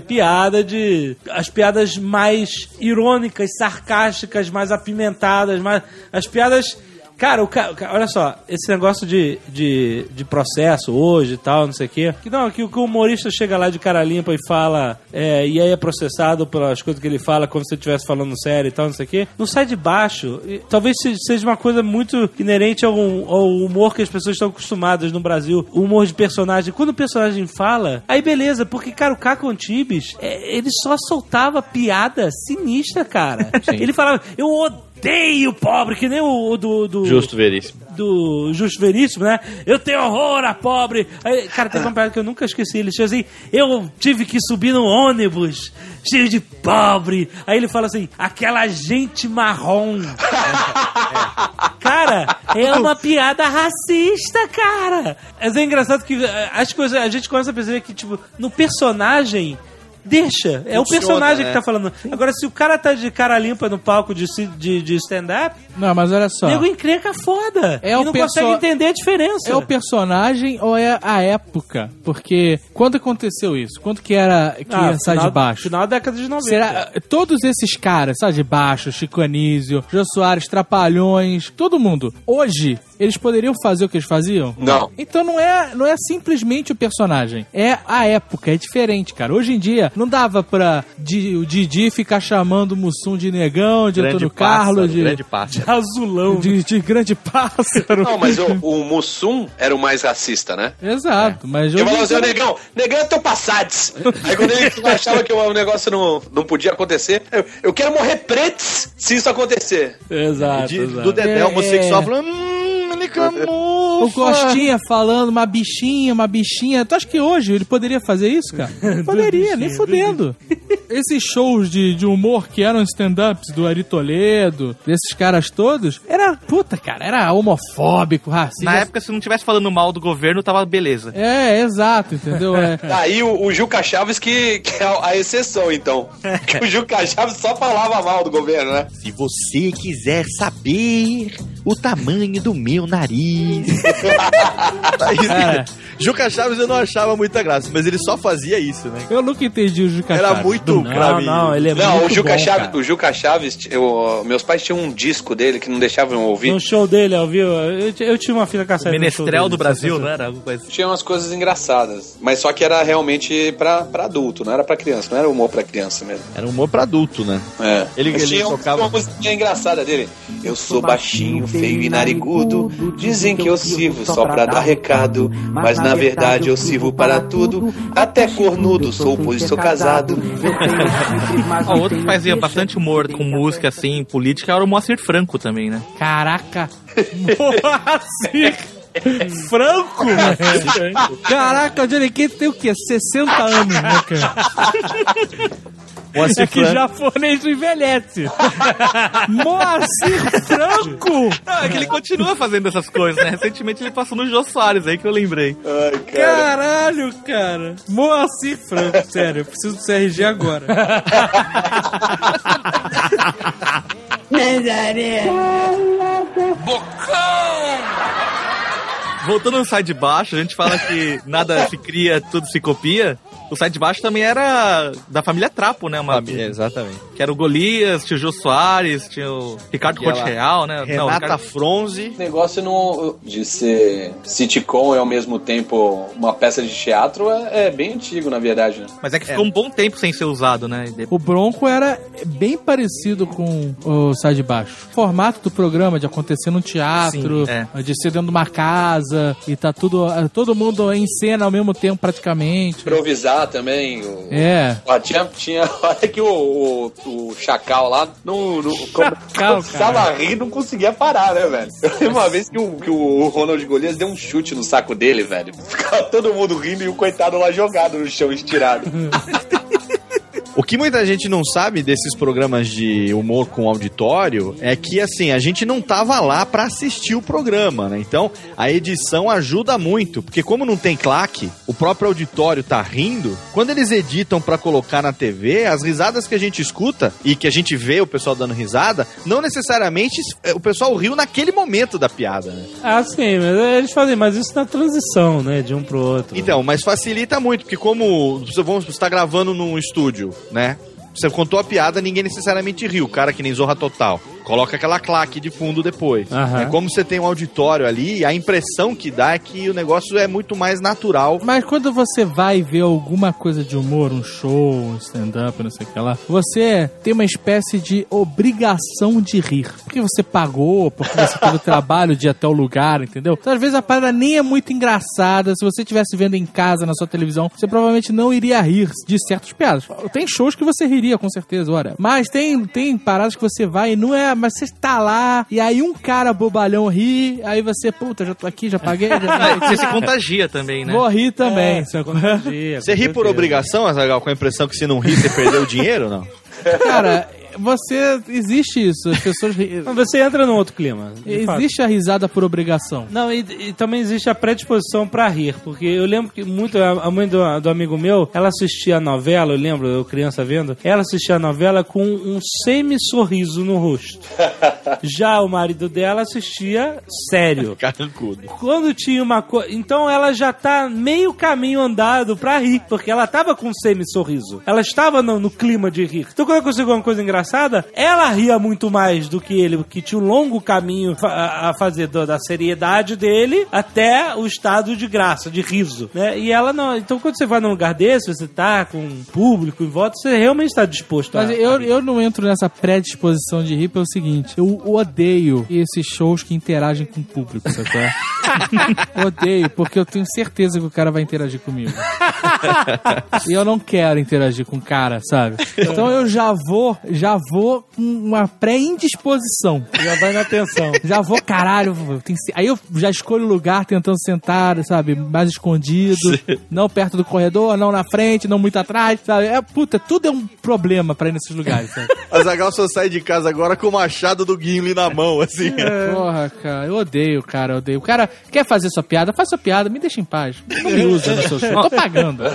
as piadas mais irônicas, sarcásticas, mais apimentadas, as piadas... Cara, olha só, esse negócio de processo hoje e tal, não sei o quê. Que o humorista chega lá de cara limpa e fala, e aí é processado pelas coisas que ele fala, como se ele estivesse falando sério e tal, não sei o quê. Não Sai de Baixo, talvez seja uma coisa muito inerente ao humor que as pessoas estão acostumadas no Brasil. O humor de personagem. Quando o personagem fala, aí beleza, porque, cara, o Caco Antibes, ele só soltava piada sinistra, cara. Sim. Ele falava, eu odeio pobre, que nem o do Justo Veríssimo. Do Justo Veríssimo, né? Eu tenho horror a pobre. Aí, cara, tem uma piada que eu nunca esqueci. Ele diz assim, eu tive que subir no ônibus cheio de pobre. Aí ele fala assim, aquela gente marrom. Cara, é uma piada racista, cara. Mas é engraçado que as coisas, a gente começa a perceber que, tipo, no personagem deixa. É o Funciona, personagem né? que tá falando. Agora, se o cara tá de cara limpa no palco de stand-up, Não, mas olha só. o nego encrenca foda. É e o não perso- consegue entender a diferença. É o personagem ou é a época? Porque quando aconteceu isso? Quando que era que ia sair de baixo? Final da década de 90. Será, todos esses caras, Sai de Baixo, Chico Anísio, Jô Soares, Trapalhões, todo mundo, hoje, eles poderiam fazer o que eles faziam? Não. Então não é simplesmente o personagem, é a época, é diferente, cara. Hoje em dia, não dava pra o Didi ficar chamando o Mussum de negão, de Grande Antônio pássaro, Carlos, de grande pássaro. azulão. de grande pássaro. Não, mas o Mussum era o mais racista, né? Exato, mas Eu hoje falava em assim, dia- negão é teu Passades. Aí quando ele achava que o negócio não podia acontecer, eu quero morrer pretos se isso acontecer. Exato, Do Dedé homossexual falando, ele O Costinha falando uma bichinha. Tu acha que hoje ele poderia fazer isso, cara? Não poderia, nem fudendo. Esses shows de humor que eram stand-ups do Ari Toledo, desses caras todos, era homofóbico, racista. Na época, se não tivesse falando mal do governo, tava beleza. É, exato, entendeu? É. Aí o Juca Chaves que é a exceção, então. Que o Juca Chaves só falava mal do governo, né? Se você quiser saber o tamanho do meu nariz. Cara, Juca Chaves eu não achava muita graça, mas ele só fazia isso, né? eu nunca entendi o Juca Era Chaves. muito cravinho. Não, ele é Não, muito bom, cara. o Juca Chaves, meus pais tinham um disco dele que não deixavam eu ouvir. No show dele, viu? Eu tinha uma fita cassete. Menestrel do Brasil, né? não era? Alguma coisa. Tinha umas coisas engraçadas, mas só que era realmente pra adulto, não era pra criança, não era humor pra criança mesmo. Era um humor pra adulto, né? É. Ele Mas tinha tocava- uma musiquinha engraçada dele. Eu sou baixinho, feio e narigudo, dizem que eu sirvo só pra dar recado, mas na verdade eu sirvo para tudo, até cornudo sou, pois sou casado. Ó, outro que fazia bastante humor com música, assim, política, era o Moacir Franco também, né? Caraca. Moacir Franco? Caraca, o Johnny Cage tem o quê? 60 anos, né, cara? É que japonês não envelhece. Moacir Franco! Não, é que ele continua fazendo essas coisas, né? Recentemente ele passou no Jô Soares, aí que eu lembrei. Ai, cara. Caralho, cara. Moacir Franco, sério, eu preciso do CRG agora. Voltando no Sai de Baixo, a gente fala que nada se cria, tudo se copia. O Sai de Baixo também era da família Trapo, né? Exatamente. Que era o Golias, tinha o Jô Soares, tinha o Ricardo Aquela Corte Real, né? Renata Ricardo... Fronze. O negócio de ser sitcom e ao mesmo tempo uma peça de teatro é bem antigo, na verdade, né? Mas é que ficou um bom tempo sem ser usado, né? O Bronco era bem parecido com o Sai de Baixo. O formato do programa de acontecer num teatro, Sim, de ser dentro de uma casa e tá todo mundo em cena ao mesmo tempo praticamente. Improvisar também. É. Tinha hora que o Chacal lá começava a rir e não conseguia parar, né, velho? Eu lembro uma vez que o Ronald Golias deu um chute no saco dele, velho. Ficava todo mundo rindo e o coitado lá jogado no chão, estirado. O que muita gente não sabe desses programas de humor com auditório é que, assim, a gente não tava lá pra assistir o programa, né? Então, a edição ajuda muito, porque como não tem claque, o próprio auditório tá rindo, quando eles editam pra colocar na TV, as risadas que a gente escuta e que a gente vê o pessoal dando risada, não necessariamente o pessoal riu naquele momento da piada, né? Ah, sim, mas eles fazem mais isso na transição, né? De um pro outro. Então, mas facilita muito, porque como você está gravando num estúdio, né? Você contou a piada, ninguém necessariamente riu. O cara que nem Zorra Total. Coloca aquela claque de fundo depois. É como você tem um auditório ali, a impressão que dá é que o negócio é muito mais natural. Mas quando você vai ver alguma coisa de humor, um show, um stand-up, não sei o que lá, você tem uma espécie de obrigação de rir. Porque você pagou, porque você teve o trabalho de ir até o lugar, entendeu? Então, às vezes a parada nem é muito engraçada. Se você estivesse vendo em casa, na sua televisão, você provavelmente não iria rir de certas piadas. Tem shows que você riria, com certeza, olha. Mas tem paradas que você vai e não é... Mas você está lá, e aí um cara bobalhão ri, aí você, puta, já tô aqui, já paguei. Você se contagia também, né? Vou rir também. Você ri por obrigação, Azaghal, com a impressão que se não rir, você perdeu o dinheiro, não? Cara, existe isso, as pessoas... Mas você entra num outro clima. Existe a risada por obrigação. Não, e também existe a predisposição pra rir, porque eu lembro que muito, a mãe do amigo meu, ela assistia a novela, eu lembro, eu criança vendo, ela assistia a novela com um semi-sorriso no rosto. Já o marido dela assistia sério. Carrancudo. Quando tinha uma coisa... Então ela já tá meio caminho andado pra rir, porque ela tava com um semi-sorriso. Ela estava no clima de rir. Então quando conseguiu uma coisa engraçada, ela ria muito mais do que ele, que tinha um longo caminho a fazer da seriedade dele até o estado de graça, de riso, né? E ela não... Então quando você vai num lugar desse, você tá com um público em volta, você realmente está disposto Mas eu não entro nessa predisposição de rir pelo seguinte, eu odeio esses shows que interagem com o público, sabe? Odeio, porque eu tenho certeza que o cara vai interagir comigo. E eu não quero interagir com o cara, sabe? Então eu já vou com uma pré-indisposição. Já vai na tensão. Já vou, caralho. Aí eu já escolho o lugar tentando sentar, sabe? Mais escondido. Sim. Não perto do corredor, não na frente, não muito atrás, sabe? Tudo é um problema pra ir nesses lugares, sabe? A Zagal só sai de casa agora com o machado do Gimli na mão, assim. Porra, cara, eu odeio, cara, eu odeio. O cara quer fazer sua piada, faz sua piada, me deixa em paz. Não me usa no seu show, eu tô pagando.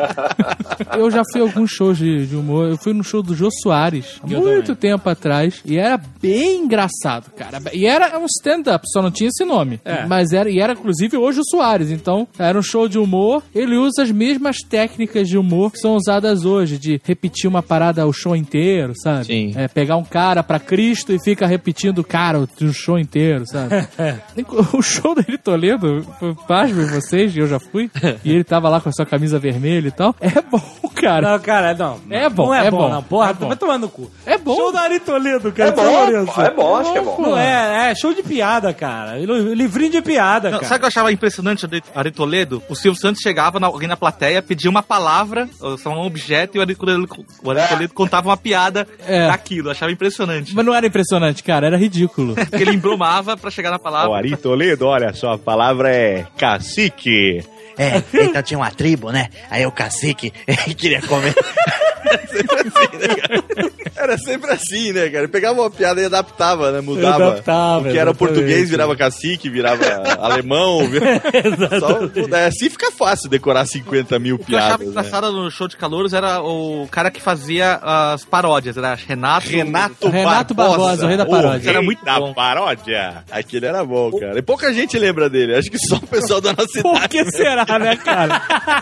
Eu já fui a alguns shows de humor, eu fui no show do Jô Soares, muito tempo atrás, e era bem engraçado, cara. E era um stand-up, só não tinha esse nome. Mas era inclusive hoje o Soares, então era um show de humor, ele usa as mesmas técnicas de humor que são usadas hoje, de repetir uma parada o show inteiro, sabe? Sim. Pegar um cara pra Cristo e fica repetindo o cara o show inteiro, sabe? O show do Ari Toledo, pasmem vocês, eu já fui, e ele tava lá com a sua camisa vermelha e tal. É bom, cara. Não, cara, não. É bom, não é bom. Não, porra, é bom. Vai tomar no cu. É bom. Show do Ari Toledo, cara. É bom, acho que é bom. Não é show de piada, cara. Livrinho de piada, cara. Sabe o que eu achava impressionante do Ari Toledo? O Silvio Santos chegava, alguém na plateia, pedia uma palavra, só um objeto, e o Ari Toledo contava uma piada daquilo. Eu achava impressionante. Mas não era impressionante, cara, era ridículo. Porque ele embromava pra chegar na palavra. O Ari Toledo, olha só, a palavra é cacique. Então tinha uma tribo, né? Aí o cacique queria comer. Era sempre assim, né, cara? Ele pegava uma piada e adaptava, né? Mudava. O que era português virava cacique, virava alemão. Assim fica fácil decorar 50 mil piadas. O que eu achava engraçado no show de calouros era o cara que fazia as paródias. Era Renato Barbosa, o rei da paródia. Era muito da paródia. Aquele era bom, cara. E pouca gente lembra dele. Acho que só o pessoal da nossa cidade. Por que será, né, cara?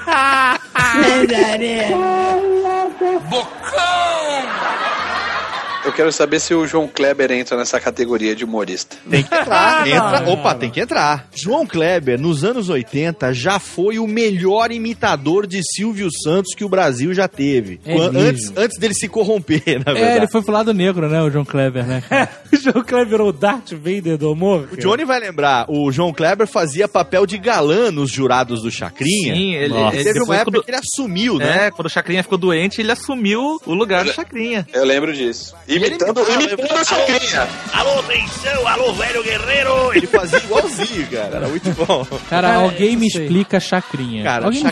Eu quero saber se o João Kleber entra nessa categoria de humorista. Tem que entrar. Opa, tem que entrar. João Kleber, nos anos 80, já foi o melhor imitador de Silvio Santos que o Brasil já teve. Antes dele se corromper, na verdade. Ele foi pro lado negro, né, o João Kleber, né? O João Kleber era o Darth Vader do humor. O Johnny vai lembrar, o João Kleber fazia papel de galã nos jurados do Chacrinha. Sim, ele teve uma época que ele assumiu, né? Quando o Chacrinha ficou doente, ele assumiu o lugar do Chacrinha. Eu lembro disso. Imitando o Chacrinha. Alô, atenção, alô, velho guerreiro. Ele fazia igualzinho, cara. Era muito bom. Cara, alguém me explica Chacrinha. Cara, alguém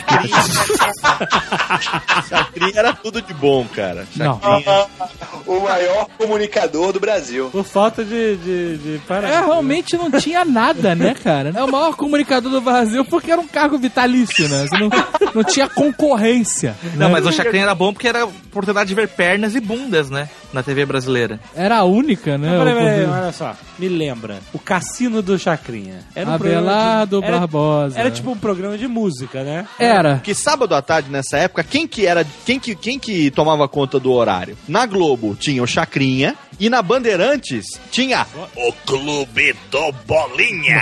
Chacrinha era tudo de bom, cara. Chacrinha. O maior comunicador do Brasil. Por falta de parada. Realmente não tinha nada, né, cara? É o maior comunicador do Brasil porque era um cargo vitalício, né? Você não tinha concorrência. Não, né? mas o Chacrinha era bom porque era a oportunidade de ver pernas e bundas, né? Na TV brasileira. Era a única, né? Olha só, me lembra. O Cassino do Chacrinha. Era Abelardo Barbosa. Era tipo um programa de música, né? Era. Porque sábado à tarde, nessa época, quem que tomava conta do horário? Na Globo tinha o Chacrinha e na Bandeirantes tinha o Clube do Bolinha.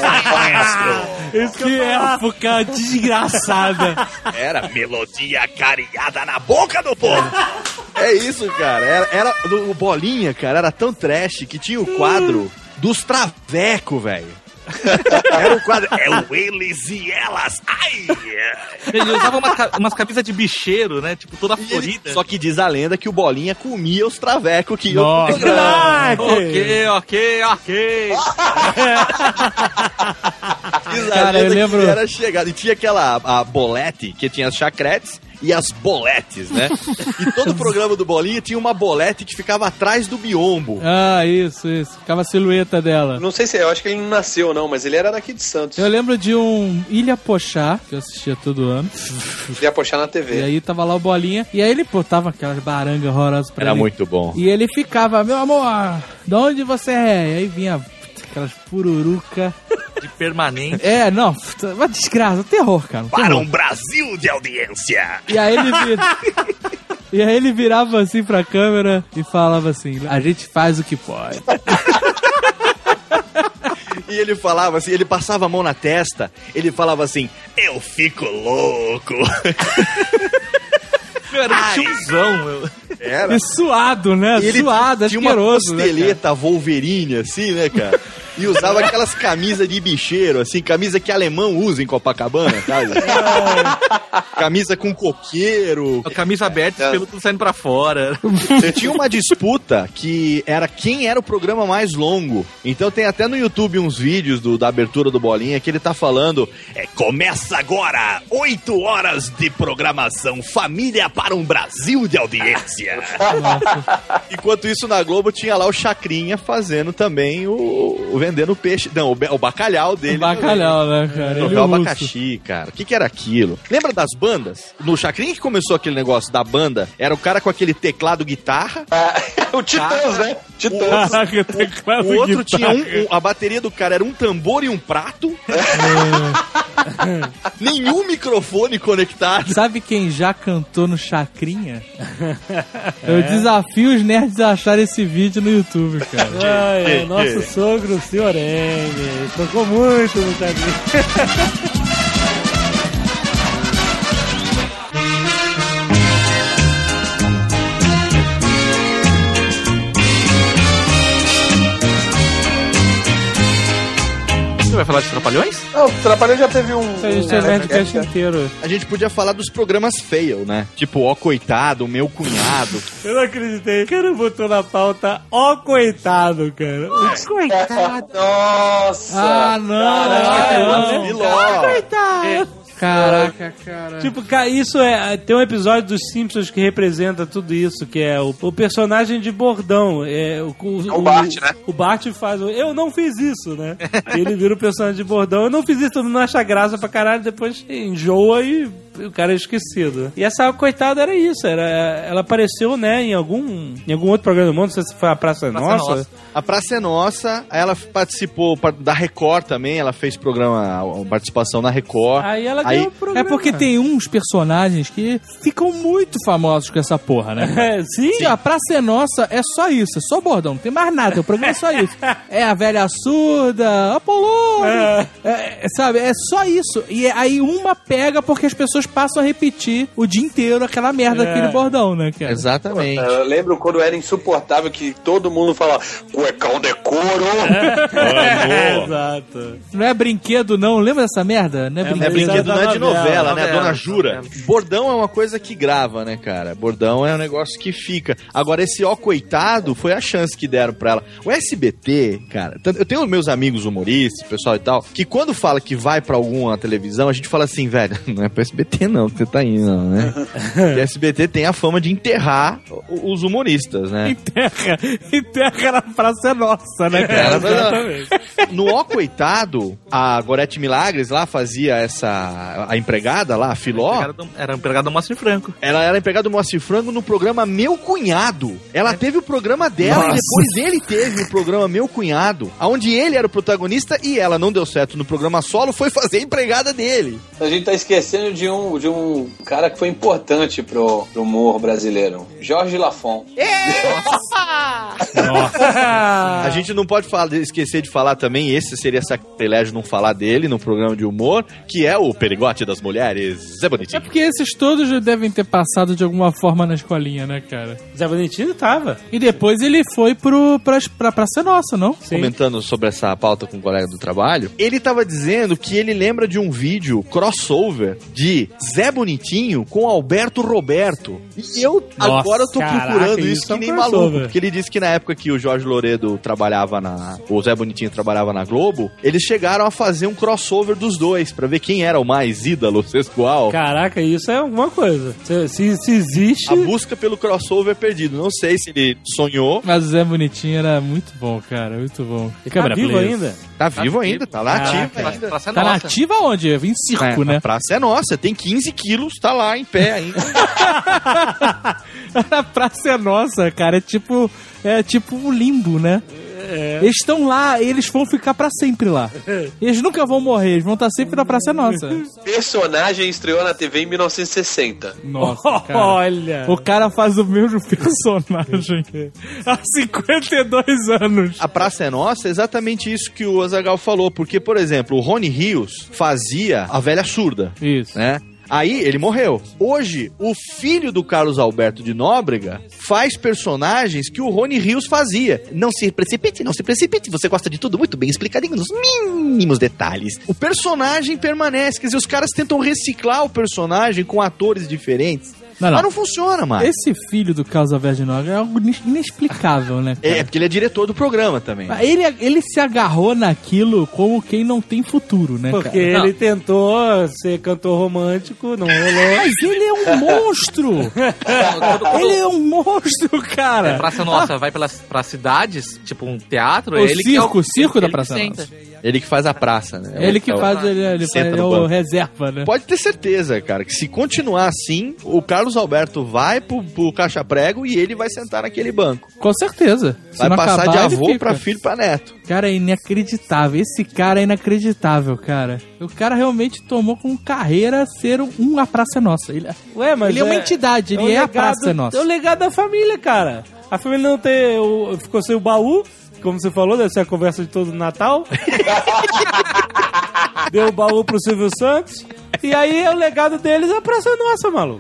Que época desgraçada. Era melodia cariada na boca do povo. É isso, cara. O Bolinha, cara, era tão trash que tinha o quadro dos travecos, velho. Era o quadro. É o eles e elas. Ai! Ele usava umas camisas de bicheiro, né? Tipo, toda florida. Só que diz a lenda que o Bolinha comia os travecos que iam pro programa. Ok. Diz a lenda que ele era chegado. E tinha a Bolete, que tinha as chacretes. e as boletes, né? E todo programa do Bolinha tinha uma bolete que ficava atrás do biombo. Ah, isso. Ficava a silhueta dela. Não sei se eu acho que ele não nasceu, não, mas ele era daqui de Santos. Eu lembro de um Ilha Pochá, que eu assistia todo ano. Ia puxar na TV. E aí tava lá o Bolinha. E aí ele botava aquelas barangas horrorosas pra ele. Era muito bom. E ele ficava, meu amor, de onde você é? E aí vinha aquelas pururuca. De permanente. Não, uma desgraça, um terror, cara. Para um Brasil de audiência. E aí ele virava assim pra câmera e falava assim, a gente faz o que pode. E ele falava assim, ele passava a mão na testa, ele falava assim, eu fico louco. Era um tiozão, Era. E suado, né? E ele suado, tinha uma asqueroso, né, costeleta Wolverine, assim, né, cara? E usava aquelas camisas de bicheiro, assim, camisa que alemão usa em Copacabana, sabe? Camisa com coqueiro. A camisa aberta, pelo tudo saindo pra fora. Tinha uma disputa que era quem era o programa mais longo. Então tem até no YouTube uns vídeos da abertura do Bolinha que ele tá falando, começa agora 8 horas de programação família para um Brasil de audiência. Enquanto isso, na Globo tinha lá o Chacrinha fazendo também vendendo peixe. Não, o bacalhau dele. O bacalhau, né, cara? Troféu abacaxi, cara. O que era aquilo? Lembra das bandas? No Chacrinha que começou aquele negócio da banda, era o cara com aquele teclado guitarra. O Titãs, né? Titãs. Caraca, teclado O outro guitarra. tinha a bateria do cara era um tambor e um prato. Nenhum microfone conectado. Sabe quem já cantou no Chacrinha? Eu desafio os nerds a acharem esse vídeo no YouTube, cara. Ai, nosso sogro, o senhor M. Tocou muito no Chacrinha. Você vai falar de Trapalhões? Não, o Trapalhões já teve A gente tem Nerdcast inteiro. A gente podia falar dos programas fail, né? Tipo, ó coitado, meu cunhado. Eu não acreditei. O cara botou na pauta, ó coitado, cara. Coitado. Nossa! Ah, não. Filó. Coitado. Caraca, cara. Tipo, isso tem um episódio dos Simpsons que representa tudo isso, que é o personagem de bordão. O Bart, né? O Bart faz eu não fiz isso, né? Ele vira o personagem de bordão, eu não fiz isso, todo mundo acha graça pra caralho, depois enjoa e o cara é esquecido. E essa coitada era isso, ela apareceu, né, em algum outro programa do mundo, não sei se foi a Praça é Nossa. A Praça é Nossa, ela participou da Record também, ela fez participação na Record. Aí ela ganhou o programa. É porque tem uns personagens que ficam muito famosos com essa porra, né? Sim. A Praça é Nossa é só isso, é só bordão, não tem mais nada, o programa é só isso. É a velha surda, Apolônio, sabe, é só isso. E aí uma pega porque as pessoas passam a repetir o dia inteiro aquela merda daquele bordão, né, cara? Exatamente. Eu lembro quando era insuportável que todo mundo falava cuecão de couro. Exato. Não é brinquedo, não. Lembra dessa merda? Não é É brinquedo, não é de novela, né? novela. Dona Jura. Bordão é uma coisa que grava, né, cara? Bordão é um negócio que fica. Agora, esse ó coitado foi a chance que deram pra ela. O SBT, cara, eu tenho meus amigos humoristas, pessoal e tal, que quando fala que vai pra alguma televisão, a gente fala assim, velho, não é pro SBT não que você tá indo, não, né? Porque o SBT tem a fama de enterrar os humoristas, né? Enterra na Praça é Nossa, né, cara? No ó coitado, a Gorete Milagres lá fazia a empregada lá, a Filó. Era empregada do Moacir Franco. Ela era empregada do Moacir Franco no programa Meu Cunhado. Ela teve o programa dela e depois ele teve o programa Meu Cunhado, onde ele era o protagonista e ela não deu certo no programa solo, foi fazer a empregada dele. A gente tá esquecendo de um cara que foi importante pro humor brasileiro. Jorge Lafon. A gente não pode esquecer de falar também, esse seria sacrilégio não falar dele no programa de humor, que é o Perigote das Mulheres, Zé Bonitinho. É porque esses todos já devem ter passado de alguma forma na escolinha, né, cara? Zé Bonitinho tava. E depois ele foi pra Praça Nossa, não? Sim. Comentando sobre essa pauta com um colega do trabalho, ele tava dizendo que ele lembra de um vídeo crossover de Zé Bonitinho com Alberto Roberto. E agora eu tô procurando isso que nem maluco. Porque ele disse que na época que o Jorge Loredo trabalhava o Zé Bonitinho trabalhava na Globo, eles chegaram a fazer um crossover dos dois, pra ver quem era o mais ídolo sexual. Caraca, isso é alguma coisa. Se existe... A busca pelo crossover perdido. Não sei se ele sonhou. Mas o Zé Bonitinho era muito bom, cara, muito bom. Tá vivo ainda? Tá vivo ainda, tá lá ativo ainda. Praça é Tá nossa. nativa onde? Em circo, né? A praça é nossa, tem 15 quilos, tá lá em pé ainda. A praça é nossa, cara. É tipo um limbo, né? Eles estão lá, eles vão ficar pra sempre lá. Eles nunca vão morrer, eles vão estar sempre na Praça Nossa. Personagem estreou na TV em 1960. Nossa, cara. Olha! O cara faz o mesmo personagem há 52 anos. A Praça é Nossa é exatamente isso que o Azaghal falou, porque, por exemplo, o Rony Rios fazia a velha surda. Isso. Né? Aí ele morreu. Hoje, o filho do Carlos Alberto de Nóbrega faz personagens que o Rony Rios fazia. Não se precipite, você gosta de tudo muito bem explicadinho nos mínimos detalhes. O personagem permanece, quer dizer, os caras tentam reciclar o personagem com atores diferentes. Mas não funciona mais. Esse filho do Carlos Alberto de Nóbrega é algo inexplicável, né, cara? É porque ele é diretor do programa também. Ele se agarrou naquilo como quem não tem futuro, né, Porque cara? ele tentou ser cantor romântico, não rolou. Mas ele é um monstro! Ele é um monstro, cara! A Praça Nossa vai pra cidades, tipo um teatro. O ele circo da ele Praça senta. Nossa. Ele que faz a praça, né? Ele que faz, ele senta é no o banco. reserva, né? Pode ter certeza, cara, que se continuar assim, o Carlos Alberto vai pro caixa prego e ele vai sentar naquele banco. Com certeza. Se Vai não passar acabar, de ele avô fica. pra filho pra neto. Cara, é inacreditável. Esse cara é inacreditável, cara. O cara realmente tomou como carreira ser uma Praça Nossa. Ele é uma entidade, ele é a Praça Nossa. É o legado da família, cara. A família não tem... ficou sem o baú, como você falou, deve ser a conversa de todo Natal. Deu o baú pro Silvio Santos. E aí o legado deles é a Praça Nossa, maluco.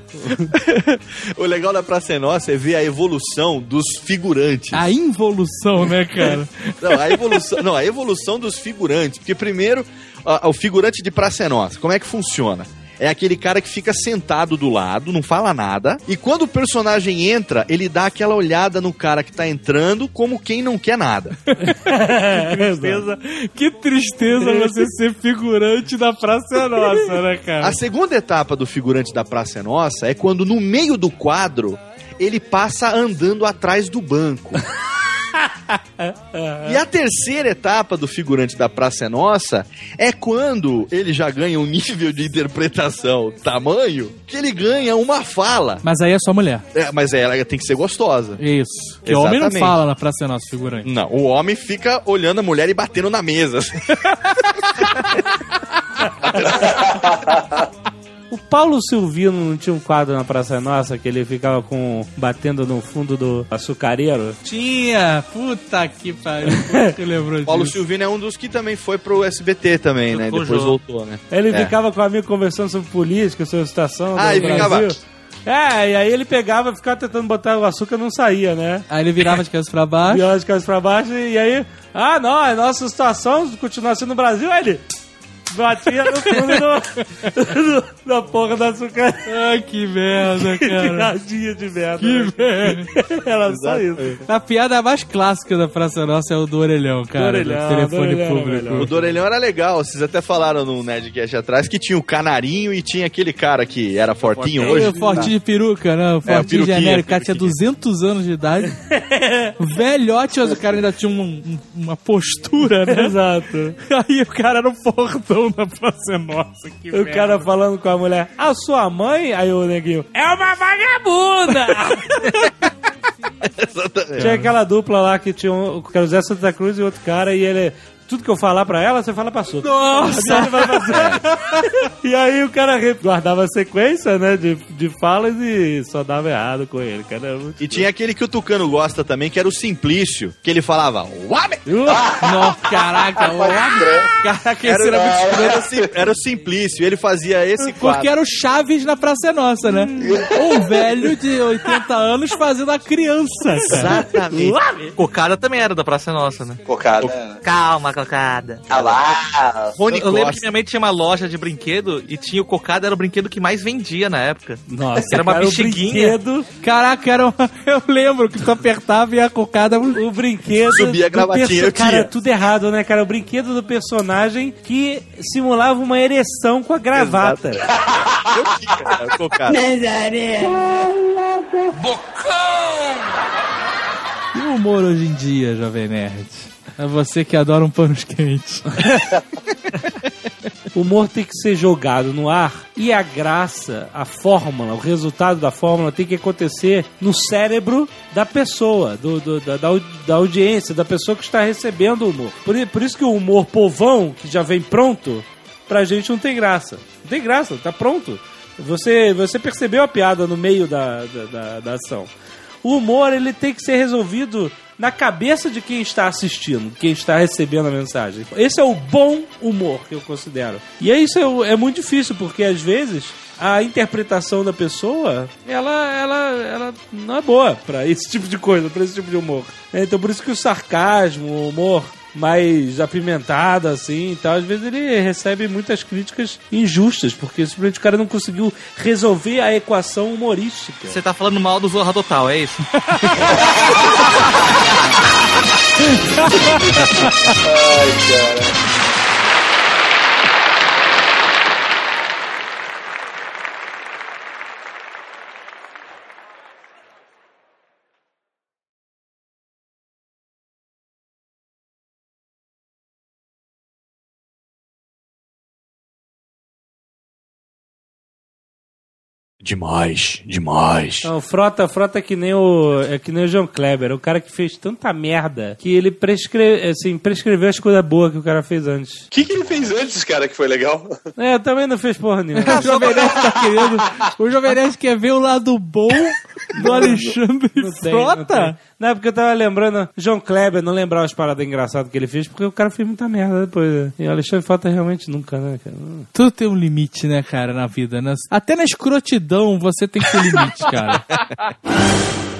O legal da Praça é Nossa é ver a evolução dos figurantes. A involução, né, cara? Não, a evolução dos figurantes. Porque primeiro, o figurante de Praça é Nossa, como é que funciona? É aquele cara que fica sentado do lado, não fala nada. E quando o personagem entra, ele dá aquela olhada no cara que tá entrando como quem não quer nada. Que tristeza você ser figurante da Praça é Nossa, né, cara? A segunda etapa do figurante da Praça é Nossa é quando no meio do quadro ele passa andando atrás do banco. E a terceira etapa do figurante da Praça é Nossa é quando ele já ganha um nível de interpretação tamanho que ele ganha uma fala. Mas aí é só mulher. Mas ela tem que ser gostosa. Isso. Que o homem não fala na Praça é Nossa, figurante. Não, o homem fica olhando a mulher e batendo na mesa. O Paulo Silvino não tinha um quadro na Praça Nossa que ele ficava batendo no fundo do açucareiro? Tinha! Puta que pariu. Você lembrou disso? Paulo Silvino é um dos que também foi pro SBT também, né? Depois voltou, né? Ele ficava com um amigo conversando sobre política, sobre a situação do ele Brasil. E aí ele pegava e ficava tentando botar o açúcar, não saía, né? Aí ele virava de cabeça pra baixo. Virava de cabeça pra baixo e aí... não, a nossa situação continua sendo no Brasil, aí ele... batia no fundo da porra da açúcar. Ai, que merda, cara. Piadinha de merda. Que merda. Era só isso. A piada mais clássica da Praça Nossa é o do orelhão, cara. Do telefone público. O do orelhão era legal. Vocês até falaram no Nerdcast atrás que tinha o canarinho e tinha aquele cara que era fortinho hoje. O fortinho de peruca, né? O fortinho genérico. O cara tinha 200 anos de idade. Velhote, mas o cara ainda tinha uma postura, né? Exato. Aí o cara era um fortão na Praça Nossa. Que o cara falando com a mulher, a sua mãe? Aí o neguinho, é uma vagabunda! Tinha aquela dupla lá que tinha que era o Zé Santa Cruz e outro cara, e ele... Tudo que eu falar pra ela, você fala pra sua. Nossa! E aí o cara guardava a sequência, né, de falas e só dava errado com ele, cara. E tinha aquele que o Tucano gosta também, que era o Simplício, que ele falava, Uame! Nossa, caraca, caraca, esse era muito escroto. Era o Simplício, ele fazia esse quadro. Porque era o Chaves na Praça Nossa, né? Um velho de 80 anos fazendo a criança, cara. Exatamente. Cocada também era da Praça Nossa, né? Cocada. Calma, cocada. Ah lá. Rony Eu lembro Costa. que minha mãe tinha uma loja de brinquedo e tinha o cocada, era o brinquedo que mais vendia na época. Nossa, Era uma cara, bexiguinha. O brinquedo, Caraca, eu lembro que tu apertava e a cocada... o brinquedo Subia a do gravatinha, eu cara, tinha. tudo errado, né, cara? O brinquedo do personagem que simulava uma ereção com a gravata. Eu tinha, cara, cocada. E o humor hoje em dia, Jovem Nerd? É você que adora um panos quentes. O humor tem que ser jogado no ar e a graça, a fórmula, o resultado da fórmula tem que acontecer no cérebro da pessoa, da audiência, da pessoa que está recebendo o humor. Por isso que o humor povão, que já vem pronto, pra gente não tem graça. Não tem graça, tá pronto. Você percebeu a piada no meio da ação. O humor, ele tem que ser resolvido na cabeça de quem está assistindo, quem está recebendo a mensagem. Esse é o bom humor que eu considero. E isso é muito difícil, porque às vezes a interpretação da pessoa, ela não é boa para esse tipo de coisa, para esse tipo de humor. Então por isso que o sarcasmo, o humor mais apimentado, assim, e tal, às vezes ele recebe muitas críticas injustas, porque simplesmente o cara não conseguiu resolver a equação humorística. Você tá falando mal do Zorra Total, é isso? Ai, cara. Demais. Não, Frota é que nem o João Kleber, o cara que fez tanta merda que ele prescreveu as coisas boas que o cara fez antes. O que ele fez antes, cara, que foi legal? Também não fez porra nenhuma. O Jovem Nerd tá querendo... O Jovem Nerd quer ver o lado bom do Alexandre Frota? Não, porque eu tava lembrando, João Kleber, não lembrava as paradas engraçadas que ele fez, porque o cara fez muita merda depois. E o Alexandre Frota realmente nunca, né, cara? Tudo tem um limite, né, cara, na vida, né? Até na escrotidão você tem que ter limite, cara.